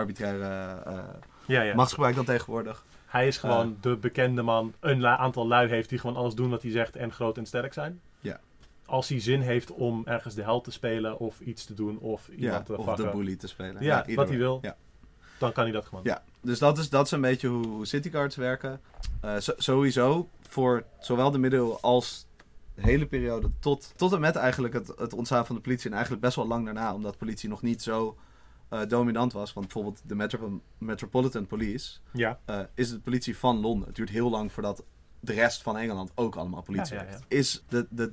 arbitraire machtsgebruik dan tegenwoordig. Hij is gewoon de bekende man. Een aantal lui heeft die gewoon alles doen wat hij zegt en groot en sterk zijn. Ja. Als hij zin heeft om ergens de held te spelen of iets te doen of iemand te of de bully te spelen.
Ja, wat hij wil. Ja. Dan kan hij dat gewoon.
Ja, dus dat is een beetje hoe cityguards werken. Sowieso voor zowel de middeleeuwen als de hele periode tot en met eigenlijk het ontstaan van de politie. En eigenlijk best wel lang daarna, omdat politie nog niet zo dominant was. Want bijvoorbeeld de Metropolitan Police is de politie van Londen. Het duurt heel lang voordat de rest van Engeland ook allemaal politie heeft.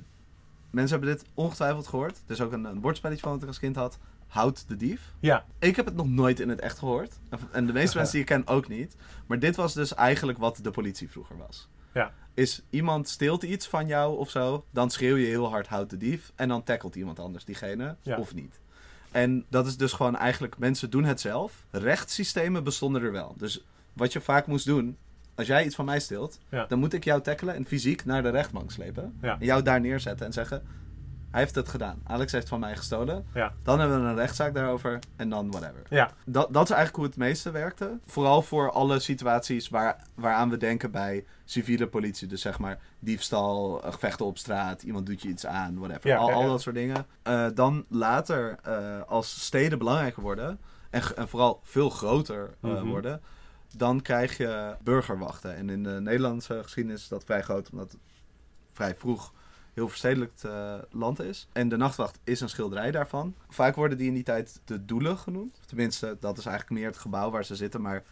Mensen hebben dit ongetwijfeld gehoord. Er is ook een bordspelletje van dat ik als kind had. Houd de dief. Ja. Ik heb het nog nooit in het echt gehoord. En de meeste mensen die ik ken ook niet. Maar dit was dus eigenlijk wat de politie vroeger was. Ja. Is iemand steelt iets van jou of zo, dan schreeuw je heel hard houd de dief. En dan tackelt iemand anders diegene of niet. En dat is dus gewoon eigenlijk, mensen doen het zelf. Rechtssystemen bestonden er wel. Dus wat je vaak moest doen, als jij iets van mij steelt, dan moet ik jou tackelen en fysiek naar de rechtbank slepen. Ja. En jou daar neerzetten en zeggen, hij heeft het gedaan. Alex heeft van mij gestolen. Ja. Dan hebben we een rechtszaak daarover en dan whatever. Ja. Dat is eigenlijk hoe het meeste werkte. Vooral voor alle situaties waaraan we denken bij civiele politie. Dus zeg maar diefstal, gevechten op straat, iemand doet je iets aan, whatever. Al dat soort dingen. Dan later, als steden belangrijker worden en vooral veel groter worden, dan krijg je burgerwachten. En in de Nederlandse geschiedenis is dat vrij groot, omdat het vrij vroeg heel verstedelijkt land is. En de nachtwacht is een schilderij daarvan. Vaak worden die in die tijd de doelen genoemd. Tenminste, dat is eigenlijk meer het gebouw waar ze zitten. Maar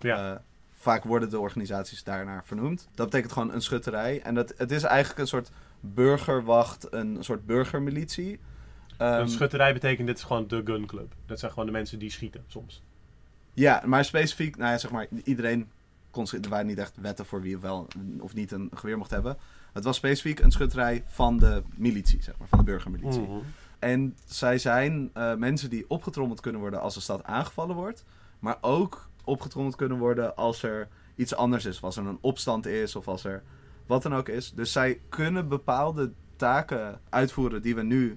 vaak worden de organisaties daarnaar vernoemd. Dat betekent gewoon een schutterij. En het is eigenlijk een soort burgerwacht, een soort burgermilitie.
Een schutterij betekent, dit is gewoon de gun club. Dat zijn gewoon de mensen die schieten, soms.
Ja, maar specifiek, nou ja, zeg maar, iedereen er waren niet echt wetten voor wie wel of niet een geweer mocht hebben. Het was specifiek een schutterij van de militie, zeg maar, van de burgermilitie.
Mm-hmm.
En zij zijn mensen die opgetrommeld kunnen worden als de stad aangevallen wordt. Maar ook opgetrommeld kunnen worden als er iets anders is. Of als er een opstand is of als er wat dan ook is. Dus zij kunnen bepaalde taken uitvoeren die we nu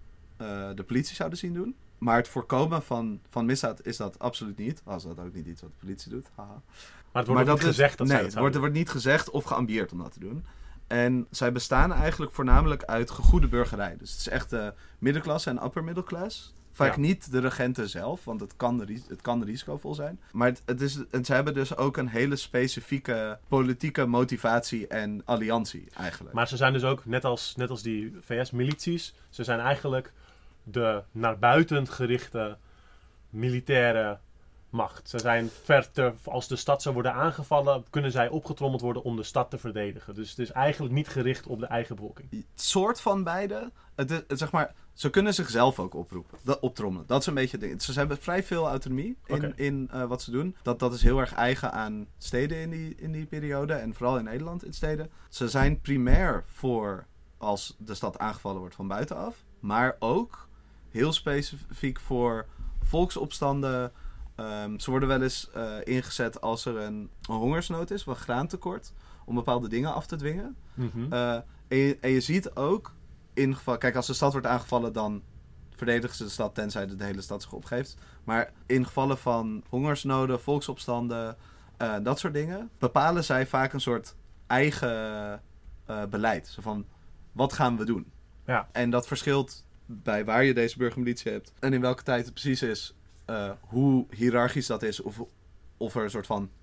de politie zouden zien doen. Maar het voorkomen van misdaad is dat absoluut niet. Als dat ook niet iets wat de politie doet. Haha.
Maar het wordt niet gezegd dat zij dat
het
zouden
wordt niet gezegd of geambieerd om dat te doen. En zij bestaan eigenlijk voornamelijk uit gegoede burgerij. Dus het is echt de middenklasse en upper middelklasse. Vaak niet de regenten zelf, want het kan risicovol zijn. Maar ze hebben dus ook een hele specifieke politieke motivatie en alliantie eigenlijk.
Maar ze zijn dus ook, net als die VS-milities, ze zijn eigenlijk de naar buiten gerichte militaire macht. Ze zijn als de stad zou worden aangevallen, kunnen zij opgetrommeld worden om de stad te verdedigen. Dus het is eigenlijk niet gericht op de eigen bevolking.
Het soort van beide. Zeg maar, ze kunnen zichzelf ook optrommelen. Dat is een beetje het ding. Ze hebben vrij veel autonomie in wat ze doen. Dat is heel erg eigen aan steden in die periode. En vooral in Nederland in steden. Ze zijn primair voor als de stad aangevallen wordt van buitenaf. Maar ook heel specifiek voor volksopstanden. Ze worden wel eens ingezet als er een hongersnood is, een graantekort, om bepaalde dingen af te dwingen.
Mm-hmm.
En je ziet ook, in geval, kijk, als de stad wordt aangevallen, dan verdedigen ze de stad, tenzij de hele stad zich opgeeft. Maar in gevallen van hongersnoden, volksopstanden, dat soort dingen, bepalen zij vaak een soort eigen beleid. Zo van, wat gaan we doen?
Ja.
En dat verschilt bij waar je deze burgermilitie hebt en in welke tijd het precies is. Hoe hiërarchisch dat is, of er een soort van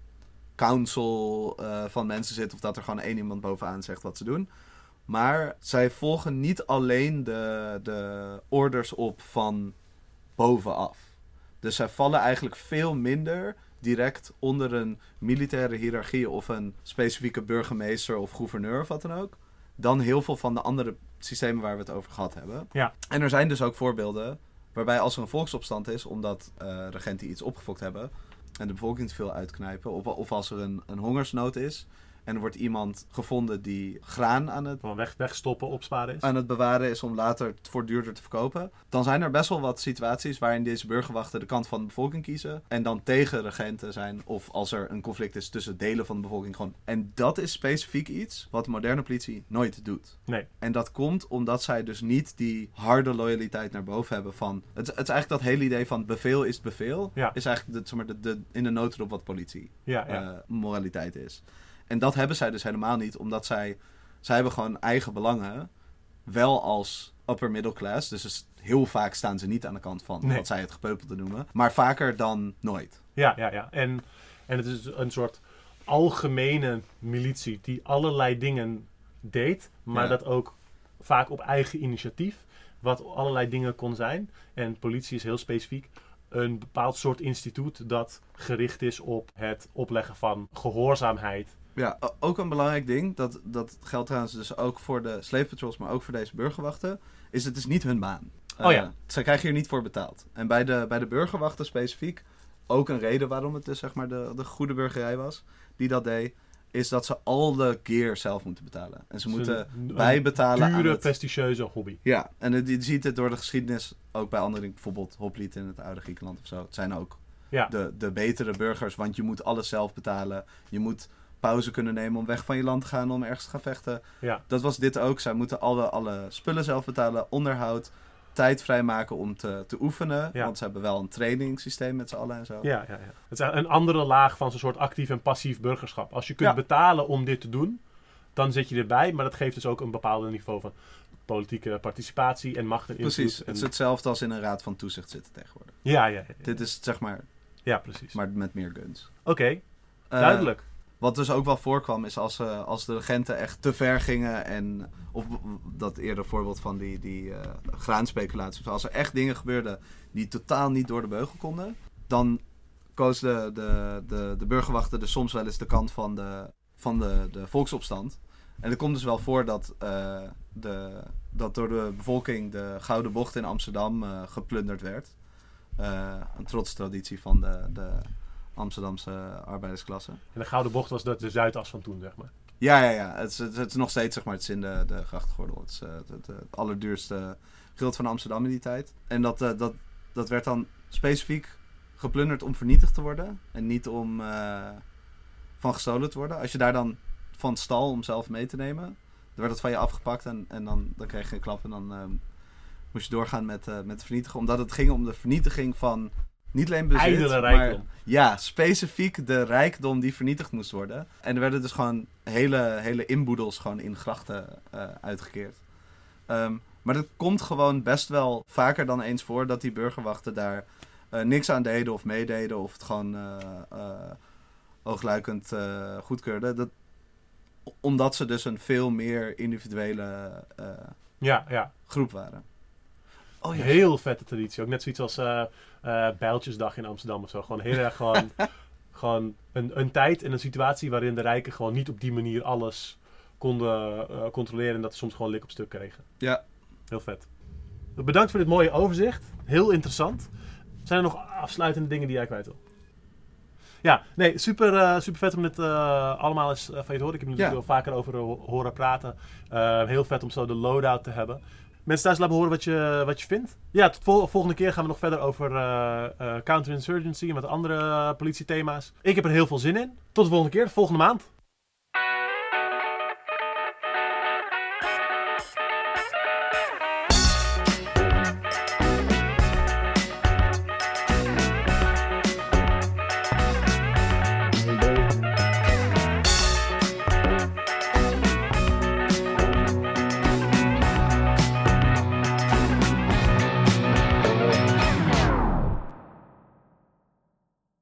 council van mensen zit, of dat er gewoon één iemand bovenaan zegt wat ze doen. Maar zij volgen niet alleen de orders op van bovenaf. Dus zij vallen eigenlijk veel minder direct onder een militaire hiërarchie of een specifieke burgemeester of gouverneur of wat dan ook, dan heel veel van de andere systemen waar we het over gehad hebben.
Ja.
En er zijn dus ook voorbeelden waarbij als er een volksopstand is, omdat regenten iets opgefokt hebben en de bevolking te veel uitknijpen, of als er een hongersnood is en er wordt iemand gevonden die graan aan het
wegstoppen, opsparen is.
Aan het bewaren is om later het voor duurder te verkopen. Dan zijn er best wel wat situaties waarin deze burgerwachten de kant van de bevolking kiezen en dan tegen regenten zijn, of als er een conflict is tussen delen van de bevolking gewoon. En dat is specifiek iets wat de moderne politie nooit doet.
Nee.
En dat komt omdat zij dus niet die harde loyaliteit naar boven hebben van. Het is eigenlijk dat hele idee van bevel is bevel.
Ja.
Is eigenlijk in de notendop wat politie moraliteit is. En dat hebben zij dus helemaal niet, omdat zij hebben gewoon eigen belangen. Wel als upper middle class. Dus heel vaak staan ze niet aan de kant van wat zij het gepeupelde noemen. Maar vaker dan nooit.
Ja. En het is een soort algemene militie die allerlei dingen deed. Maar dat ook vaak op eigen initiatief. Wat allerlei dingen kon zijn. En politie is heel specifiek een bepaald soort instituut dat gericht is op het opleggen van gehoorzaamheid.
Ja, ook een belangrijk ding, dat geldt trouwens dus ook voor de slave patrols, maar ook voor deze burgerwachten, is het is niet hun baan. Zij krijgen hier niet voor betaald. En bij de burgerwachten specifiek, ook een reden waarom het dus zeg maar de goede burgerij was, die dat deed, is dat ze al de gear zelf moeten betalen. En ze moeten bijbetalen aan
pure, prestigieuze hobby.
Ja, en je ziet het door de geschiedenis ook bij andere dingen, bijvoorbeeld Hoplied in het oude Griekenland of zo. Het zijn ook de betere burgers, want je moet alles zelf betalen. Je moet pauze kunnen nemen om weg van je land te gaan, om ergens te gaan vechten. Ja. Dat was dit ook. Zij moeten alle spullen zelf betalen, onderhoud, tijd vrijmaken om te oefenen. Ja. Want ze hebben wel een trainingssysteem met z'n allen en zo.
Ja. Het is een andere laag van zo'n soort actief en passief burgerschap. Als je kunt betalen om dit te doen, dan zit je erbij. Maar dat geeft dus ook een bepaald niveau van politieke participatie en macht en invloed.
Precies. Het is hetzelfde als in een raad van toezicht zitten tegenwoordig.
Ja.
Dit is zeg maar.
Ja, precies.
Maar met meer guns.
Oké. Duidelijk.
Wat dus ook wel voorkwam is als de regenten echt te ver gingen of dat eerder voorbeeld van die graanspeculatie. Als er echt dingen gebeurden die totaal niet door de beugel konden, dan koos de burgerwachten dus soms wel eens de kant van de volksopstand. En het komt dus wel voor dat, dat door de bevolking de Gouden Bocht in Amsterdam geplunderd werd. Een trotstraditie van de Amsterdamse arbeidersklasse.
En de Gouden Bocht was de Zuidas van toen, zeg maar.
Ja. Het is nog steeds, zeg maar, het is in de grachtgordel. Het is het allerduurste gild van Amsterdam in die tijd. En dat werd dan specifiek geplunderd om vernietigd te worden. En niet om van gestolen te worden. Als je daar dan van stal om zelf mee te nemen, dan werd het van je afgepakt en dan kreeg je een klap en dan moest je doorgaan met vernietigen. Omdat het ging om de vernietiging van niet alleen bezit,
Ijdele rijkdom.
Maar specifiek de rijkdom die vernietigd moest worden. En er werden dus gewoon hele inboedels gewoon in grachten uitgekeerd. Maar dat komt gewoon best wel vaker dan eens voor dat die burgerwachten daar niks aan deden of meededen of het gewoon oogluikend goedkeurden. Omdat ze dus een veel meer individuele groep waren.
Oh, ja. Heel vette traditie. Ook net zoiets als Bijltjesdag in Amsterdam of zo. Gewoon heel erg gewoon een tijd en een situatie waarin de rijken gewoon niet op die manier alles konden controleren. En dat ze soms gewoon lik op stuk kregen.
Ja.
Heel vet. Bedankt voor dit mooie overzicht. Heel interessant. Zijn er nog afsluitende dingen die jij kwijt wil? Ja, nee, super vet om dit allemaal eens van je te horen. Ik heb er natuurlijk wel vaker over horen praten. Heel vet om zo de loadout te hebben. Mensen thuis laten horen wat je vindt. Ja, tot volgende keer gaan we nog verder over counterinsurgency en wat andere politiethema's. Ik heb er heel veel zin in. Tot de volgende keer, volgende maand.